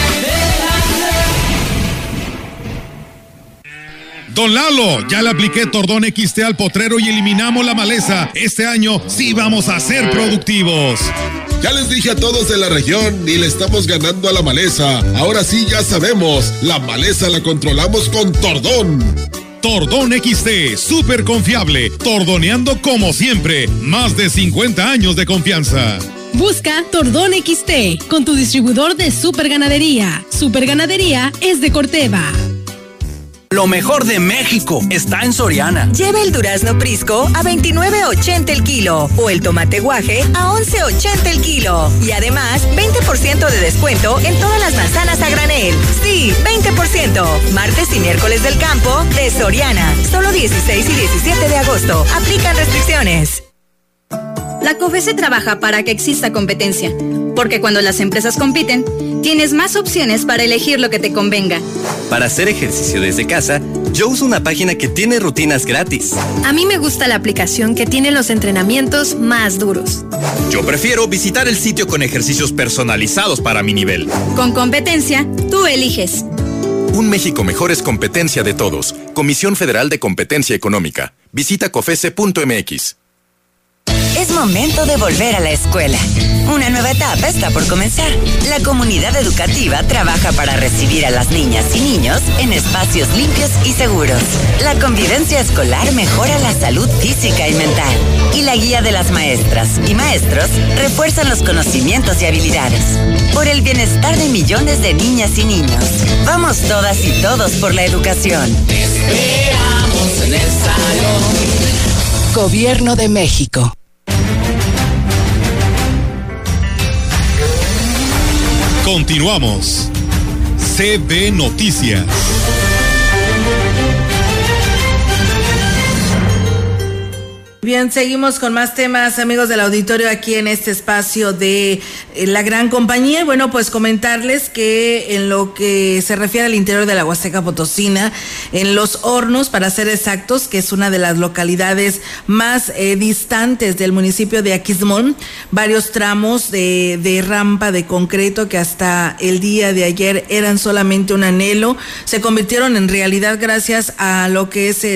Don Lalo, ya le apliqué Tordón XT al potrero y eliminamos la maleza. Este año sí vamos a ser productivos. Ya les dije a todos de la región y le estamos ganando a la maleza. Ahora sí ya sabemos, la maleza la controlamos con Tordón. Tordón XT, súper confiable, tordoneando como siempre. Más de 50 años de confianza. Busca Tordón XT con tu distribuidor de Super Ganadería. Super Ganadería es de Corteva. Lo mejor de México está en Soriana. Lleva el durazno Prisco a $29.80 el kilo o el tomate guaje a $11.80 el kilo. Y además, 20% de descuento en todas las manzanas a granel. Sí, 20%. Martes y miércoles del campo de Soriana. Solo 16 y 17 de agosto. Aplican restricciones. La COFESE trabaja para que exista competencia, porque cuando las empresas compiten, tienes más opciones para elegir lo que te convenga. Para hacer ejercicio desde casa, yo uso una página que tiene rutinas gratis. A mí me gusta la aplicación que tiene los entrenamientos más duros. Yo prefiero visitar el sitio con ejercicios personalizados para mi nivel. Con competencia, tú eliges. Un México mejor es competencia de todos. Comisión Federal de Competencia Económica. Visita cofese.mx. Es momento de volver a la escuela. Una nueva etapa está por comenzar. La comunidad educativa trabaja para recibir a las niñas y niños en espacios limpios y seguros. La convivencia escolar mejora la salud física y mental. Y la guía de las maestras y maestros refuerzan los conocimientos y habilidades. Por el bienestar de millones de niñas y niños. Vamos todas y todos por la educación. Te esperamos en el salón. Gobierno de México. Continuamos. CB Noticias. Bien, seguimos con más temas, amigos del auditorio, aquí en este espacio de la gran compañía. Bueno, pues comentarles que en lo que se refiere al interior de la Huasteca Potosina, en Los Hornos, para ser exactos, que es una de las localidades más distantes del municipio de Aquismón, varios tramos de rampa de concreto que hasta el día de ayer eran solamente un anhelo, se convirtieron en realidad gracias a lo que es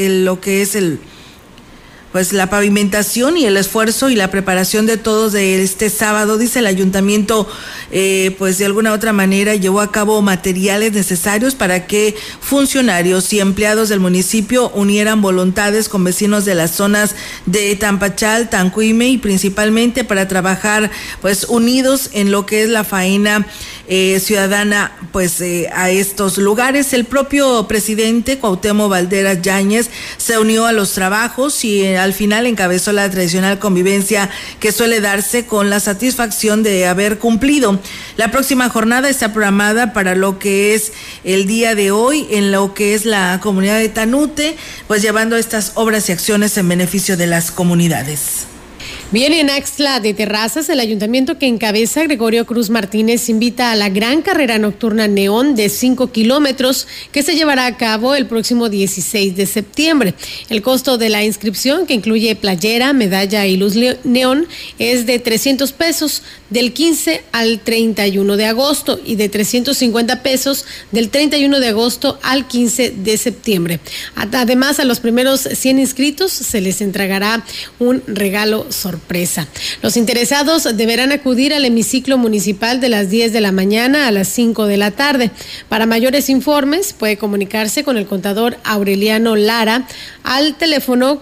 pues la pavimentación y el esfuerzo y la preparación de todos de este sábado. Dice el ayuntamiento, pues de alguna otra manera llevó a cabo materiales necesarios para que funcionarios y empleados del municipio unieran voluntades con vecinos de las zonas de Tampachal, Tancuime, y principalmente para trabajar pues unidos en lo que es la faena ciudadana pues a estos lugares. El propio presidente Cuauhtémoc Valderas Yáñez se unió a los trabajos y al final encabezó la tradicional convivencia que suele darse con la satisfacción de haber cumplido. La próxima jornada está programada para lo que es el día de hoy en lo que es la comunidad de Tanute, pues llevando estas obras y acciones en beneficio de las comunidades. Bien, en Axtla de Terrazas, el ayuntamiento que encabeza Gregorio Cruz Martínez invita a la gran carrera nocturna Neón de 5 kilómetros que se llevará a cabo el próximo 16 de septiembre. El costo de la inscripción, que incluye playera, medalla y luz neón, es de 300 pesos del 15 al 31 de agosto y de 350 pesos del 31 de agosto al 15 de septiembre. Además, a los primeros 100 inscritos se les entregará un regalo sorpresa. Los interesados deberán acudir al hemiciclo municipal de las 10 de la mañana a las 5 de la tarde. Para mayores informes puede comunicarse con el contador Aureliano Lara al teléfono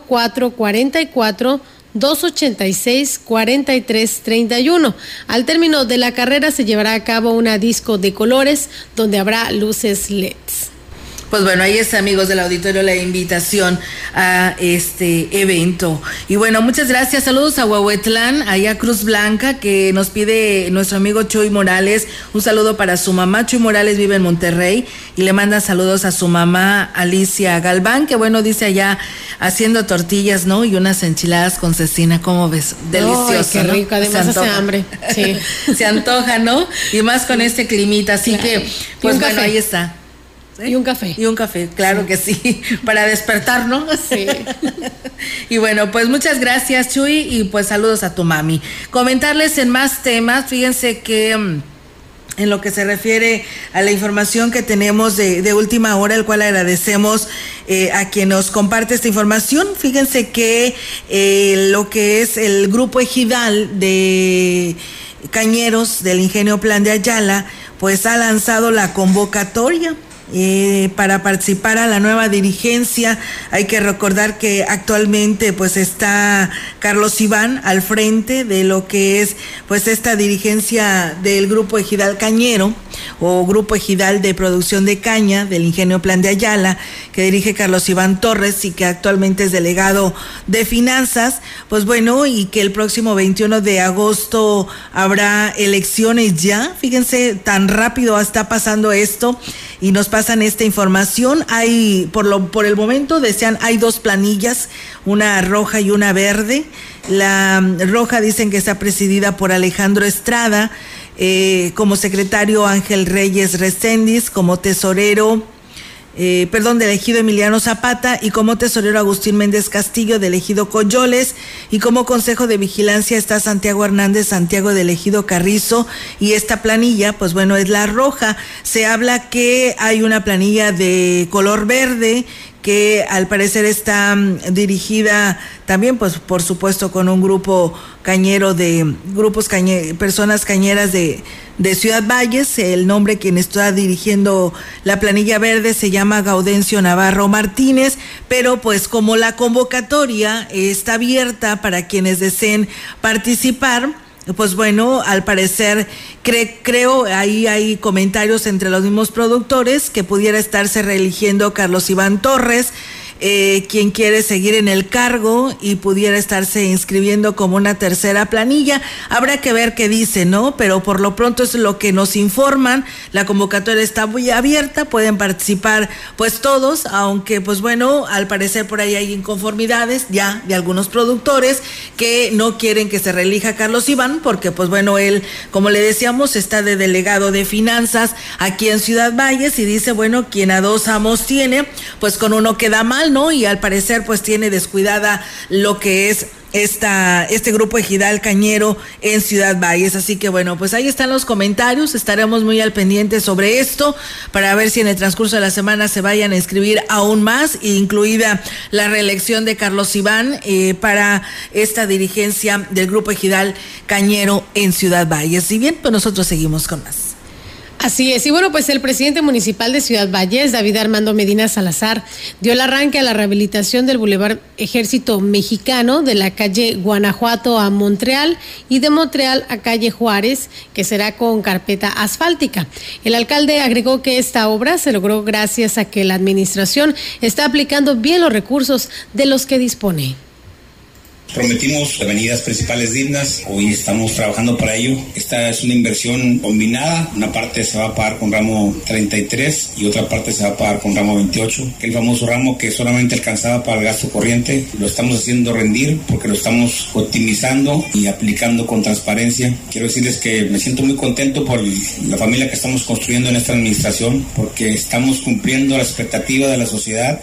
444-286-4331. Al término de la carrera se llevará a cabo una disco de colores donde habrá luces LEDs. Pues bueno, ahí está, amigos del auditorio, la invitación a este evento. Y bueno, muchas gracias. Saludos a Huehuetlán, allá a Cruz Blanca, que nos pide nuestro amigo Chuy Morales. Un saludo para su mamá. Chuy Morales vive en Monterrey y le manda saludos a su mamá Alicia Galván, que bueno, dice allá haciendo tortillas, ¿no? Y unas enchiladas con cecina. ¿Cómo ves? Delicioso. Ay, qué rico, ¿no? Además hace hambre. Sí. Se antoja, ¿no? Y más con este climita. Así que, pues bueno, ahí está. Y un café. Y un café, claro que sí, para despertar, ¿no? Sí. Y bueno, pues muchas gracias, Chuy, y pues saludos a tu mami. Comentarles en más temas, fíjense que en lo que se refiere a la información que tenemos de última hora, el cual agradecemos a quien nos comparte esta información. Fíjense que lo que es el grupo ejidal de cañeros del Ingenio Plan de Ayala, pues ha lanzado la convocatoria para participar a la nueva dirigencia. Hay que recordar que actualmente pues está Carlos Iván al frente de lo que es pues esta dirigencia del Grupo Ejidal Cañero o Grupo Ejidal de Producción de Caña del Ingenio Plan de Ayala, que dirige Carlos Iván Torres y que actualmente es delegado de Finanzas. Pues bueno, y que el próximo 21 de agosto habrá elecciones ya. Fíjense, tan rápido está pasando esto. y nos pasan esta información. Hay, por el momento decían, hay 2 planillas, una roja y una verde. La roja dicen que está presidida por Alejandro Estrada, como secretario Ángel Reyes Reséndiz, como tesorero del ejido Emiliano Zapata, y como tesorero Agustín Méndez Castillo del ejido Coyoles, y como consejo de vigilancia está Santiago Hernández Santiago del ejido Carrizo. Y esta planilla, pues bueno, es la roja. Se habla que hay una planilla de color verde que al parecer está dirigida también, pues por supuesto, con un grupo cañero personas cañeras de Ciudad Valles. El nombre quien está dirigiendo la planilla verde se llama Gaudencio Navarro Martínez, pero pues como la convocatoria está abierta para quienes deseen participar, pues bueno, al parecer creo ahí hay comentarios entre los mismos productores que pudiera estarse reeligiendo Carlos Iván Torres, quien quiere seguir en el cargo y pudiera estarse inscribiendo como una tercera planilla. Habrá que ver qué dice, ¿no? Pero por lo pronto es lo que nos informan. La convocatoria está muy abierta, pueden participar pues todos, aunque pues bueno, al parecer por ahí hay inconformidades ya de algunos productores que no quieren que se reelija Carlos Iván, porque pues bueno, él, como le decíamos, está de delegado de finanzas aquí en Ciudad Valles, y dice, bueno, quien a 2 amos tiene, pues con uno queda mal, ¿no? Y al parecer pues tiene descuidada lo que es este grupo ejidal cañero en Ciudad Valles. Así que bueno, pues ahí están los comentarios, estaremos muy al pendiente sobre esto para ver si en el transcurso de la semana se vayan a inscribir aún más, incluida la reelección de Carlos Iván para esta dirigencia del grupo ejidal cañero en Ciudad Valles. Y bien, pues nosotros seguimos con más. Así es, y bueno, pues el presidente municipal de Ciudad Valles, David Armando Medina Salazar, dio el arranque a la rehabilitación del Boulevard Ejército Mexicano de la calle Guanajuato a Montreal y de Montreal a calle Juárez, que será con carpeta asfáltica. El alcalde agregó que esta obra se logró gracias a que la administración está aplicando bien los recursos de los que dispone. Prometimos avenidas principales dignas, hoy estamos trabajando para ello. Esta es una inversión combinada, una parte se va a pagar con ramo 33 y otra parte se va a pagar con ramo 28. El famoso ramo que solamente alcanzaba para el gasto corriente, lo estamos haciendo rendir porque lo estamos optimizando y aplicando con transparencia. Quiero decirles que me siento muy contento por la familia que estamos construyendo en esta administración, porque estamos cumpliendo la expectativa de la sociedad.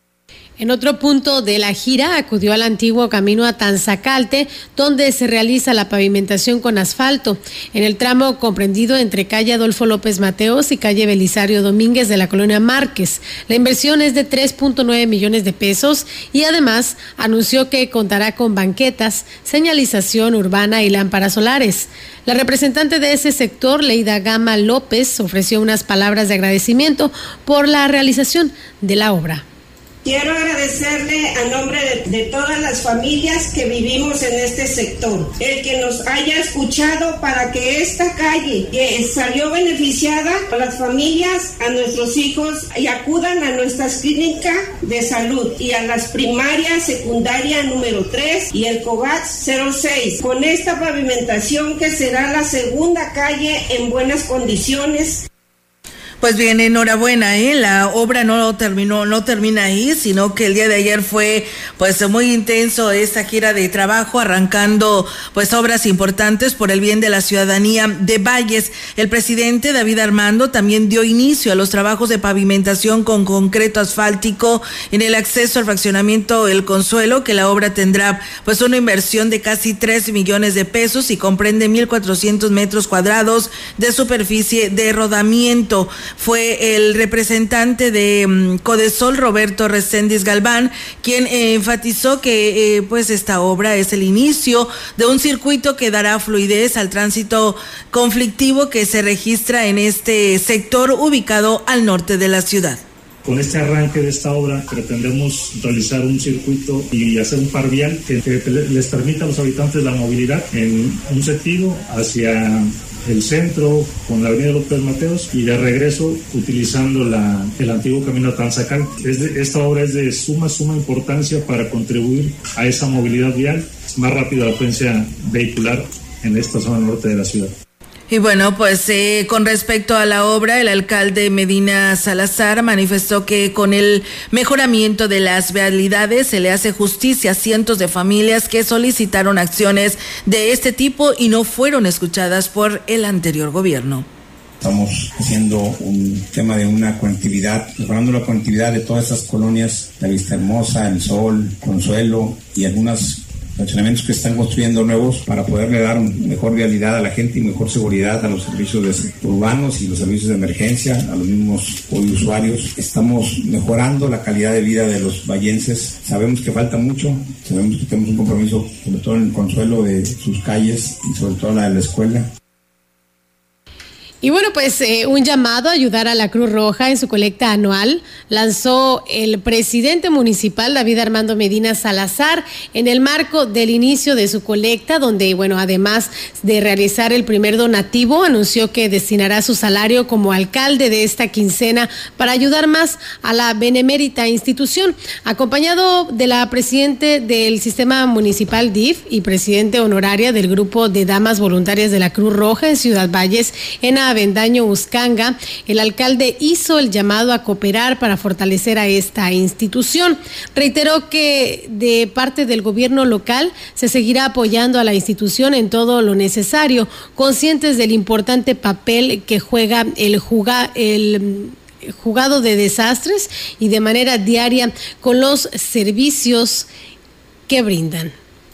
En otro punto de la gira, acudió al antiguo camino a Tanzacalte, donde se realiza la pavimentación con asfalto, en el tramo comprendido entre calle Adolfo López Mateos y calle Belisario Domínguez de la colonia Márquez. La inversión es de 3.9 millones de pesos y además anunció que contará con banquetas, señalización urbana y lámparas solares. La representante de ese sector, Leida Gama López, ofreció unas palabras de agradecimiento por la realización de la obra. Quiero agradecerle a nombre de todas las familias que vivimos en este sector, el que nos haya escuchado para que esta calle que salió beneficiada a las familias, a nuestros hijos, y acudan a nuestras clínicas de salud y a las primarias, secundaria número 3 y el COVAX 06. Con esta pavimentación que será la segunda calle en buenas condiciones. Pues bien, enhorabuena, la obra no termina ahí, sino que el día de ayer fue pues muy intenso esta gira de trabajo, arrancando pues obras importantes por el bien de la ciudadanía de Valles. El presidente David Armando también dio inicio a los trabajos de pavimentación con concreto asfáltico en el acceso al fraccionamiento El Consuelo, que la obra tendrá pues una inversión de casi 3 millones de pesos y comprende 1,400 metros cuadrados de superficie de rodamiento. Fue el representante de Codesol, Roberto Reséndiz Galván, quien enfatizó que pues esta obra es el inicio de un circuito que dará fluidez al tránsito conflictivo que se registra en este sector ubicado al norte de la ciudad. Con este arranque de esta obra pretendemos realizar un circuito y hacer un par vial que les permita a los habitantes la movilidad en un sentido hacia el centro con la avenida López Mateos y de regreso utilizando el antiguo camino a Tanzacal. Esta obra es de suma importancia para contribuir a esa movilidad vial, más rápida la afluencia vehicular en esta zona norte de la ciudad. Y bueno, pues con respecto a la obra, el alcalde Medina Salazar manifestó que con el mejoramiento de las vialidades se le hace justicia a cientos de familias que solicitaron acciones de este tipo y no fueron escuchadas por el anterior gobierno. Estamos haciendo un tema de una conectividad, mejorando la conectividad de todas estas colonias, La Vista Hermosa, El Sol, Consuelo y algunos fraccionamientos que están construyendo nuevos para poderle dar mejor vialidad a la gente y mejor seguridad a los servicios urbanos y los servicios de emergencia, a los mismos hoy usuarios. Estamos mejorando la calidad de vida de los vallenses. Sabemos que falta mucho, sabemos que tenemos un compromiso, sobre todo en el Consuelo, de sus calles y sobre todo la de la escuela. Y bueno, pues un llamado a ayudar a la Cruz Roja en su colecta anual lanzó el presidente municipal David Armando Medina Salazar en el marco del inicio de su colecta, donde, bueno, además de realizar el primer donativo, anunció que destinará su salario como alcalde de esta quincena para ayudar más a la benemérita institución, acompañado de la presidente del sistema municipal DIF y presidente honoraria del grupo de damas voluntarias de la Cruz Roja en Ciudad Valles, en Avendaño Uscanga. El alcalde hizo el llamado a cooperar para fortalecer a esta institución. Reiteró que de parte del gobierno local se seguirá apoyando a la institución en todo lo necesario, conscientes del importante papel que juega el juzgado de desastres y de manera diaria con los servicios que brindan.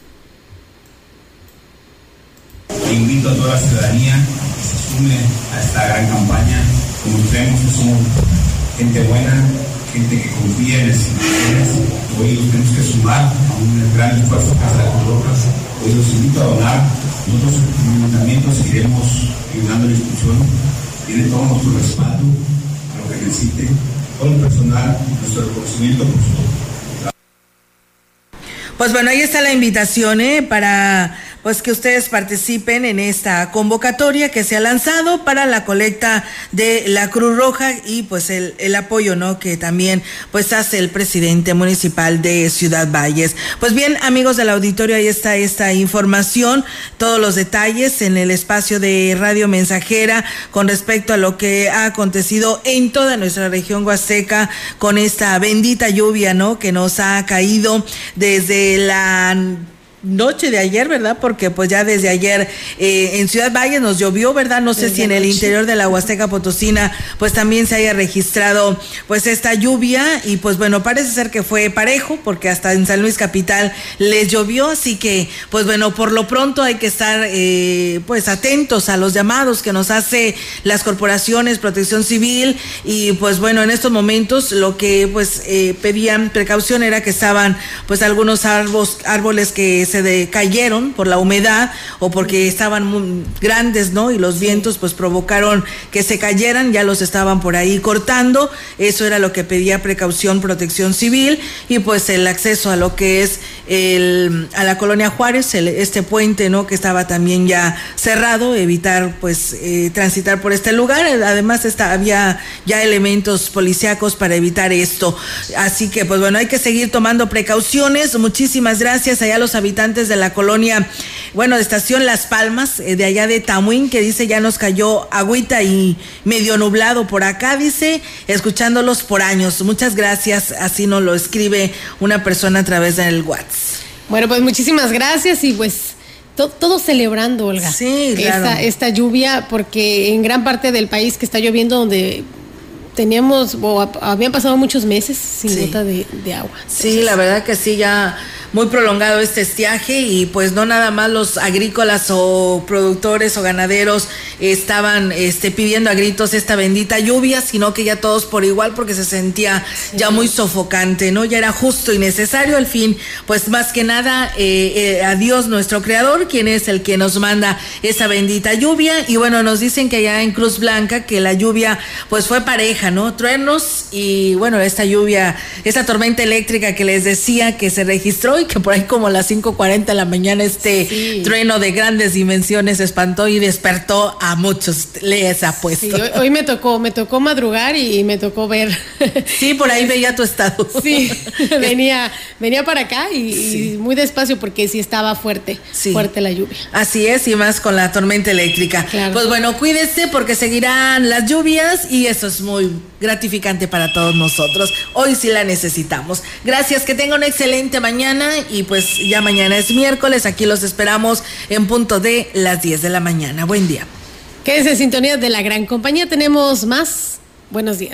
Invito a toda la ciudadanía que se sume a esta gran campaña. Como creemos que somos gente buena, gente que confía en las instituciones, hoy los tenemos que sumar a un gran esfuerzo para las Cruz Rojas. Hoy los invito a donar. Nosotros como ayuntamiento seguiremos ayudando a la institución. Tiene todo nuestro respaldo a lo que necesite. Todo el personal, nuestro reconocimiento por su. Pues bueno, ahí está la invitación para pues que ustedes participen en esta convocatoria que se ha lanzado para la colecta de la Cruz Roja y pues el apoyo, ¿no?, que también pues hace el presidente municipal de Ciudad Valles. Pues bien, amigos del auditorio, ahí está esta información, todos los detalles en el espacio de Radio Mensajera con respecto a lo que ha acontecido en toda nuestra región huasteca con esta bendita lluvia, ¿no?, que nos ha caído desde la noche de ayer, ¿verdad? Porque pues ya desde ayer en Ciudad Valles nos llovió, ¿verdad? No sé si en el interior de la Huasteca Potosina pues también se haya registrado pues esta lluvia y pues bueno, parece ser que fue parejo porque hasta en San Luis Capital les llovió, así que pues bueno, por lo pronto hay que estar pues atentos a los llamados que nos hace las corporaciones, Protección Civil y pues bueno, en estos momentos lo que pues pedían precaución era que estaban pues algunos árboles que se cayeron por la humedad o porque estaban muy grandes, ¿no? Y los vientos pues provocaron que se cayeran, ya los estaban por ahí cortando. Eso era lo que pedía precaución Protección Civil y pues el acceso a lo que es a la Colonia Juárez, este puente, ¿no?, que estaba también ya cerrado, evitar pues transitar por este lugar. Además había ya elementos policíacos para evitar esto. Así que pues bueno, hay que seguir tomando precauciones. Muchísimas gracias allá a los habitantes de la colonia, bueno, de Estación Las Palmas, de allá de Tamuín, que dice ya nos cayó agüita y medio nublado por acá, dice, escuchándolos por años. Muchas gracias, así nos lo escribe una persona a través del WhatsApp. Bueno, pues muchísimas gracias y pues todo celebrando, Olga. Sí, claro. Esta lluvia, porque en gran parte del país que está lloviendo donde teníamos o habían pasado muchos meses sin gota de agua. Entonces, sí, la verdad que sí, ya muy prolongado este estiaje y pues no nada más los agrícolas o productores o ganaderos estaban pidiendo a gritos esta bendita lluvia, sino que ya todos por igual porque se sentía ya muy sofocante, ¿no? Ya era justo y necesario. Al fin, pues más que nada a Dios nuestro creador, quien es el que nos manda esa bendita lluvia. Y bueno, nos dicen que allá en Cruz Blanca que la lluvia pues fue pareja, ¿no? Truenos y bueno, esta lluvia, esta tormenta eléctrica que les decía que se registró hoy, que por ahí como a las 5:40 de la mañana trueno de grandes dimensiones espantó y despertó a muchos, les apuesto. Sí, hoy me tocó madrugar y me tocó ver. Sí, por ahí veía tu estado. Sí, venía para acá y muy despacio porque sí estaba fuerte la lluvia. Así es, y más con la tormenta eléctrica. Claro. Pues bueno, cuídese porque seguirán las lluvias y eso es muy gratificante para todos nosotros. Hoy sí la necesitamos. Gracias, que tenga una excelente mañana y pues ya mañana es miércoles, aquí los esperamos en punto de las 10 de la mañana. Buen día. Quédense en sintonía de la gran compañía, tenemos más. Buenos días.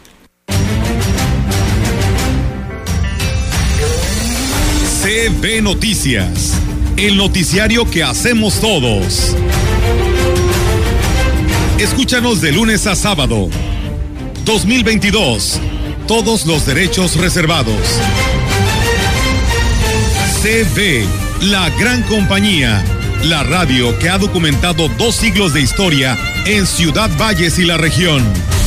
CB Noticias, el noticiario que hacemos todos. Escúchanos de lunes a sábado. 2022. Todos los derechos reservados. CB, la gran compañía. La radio que ha documentado 2 siglos de historia en Ciudad Valles y la región.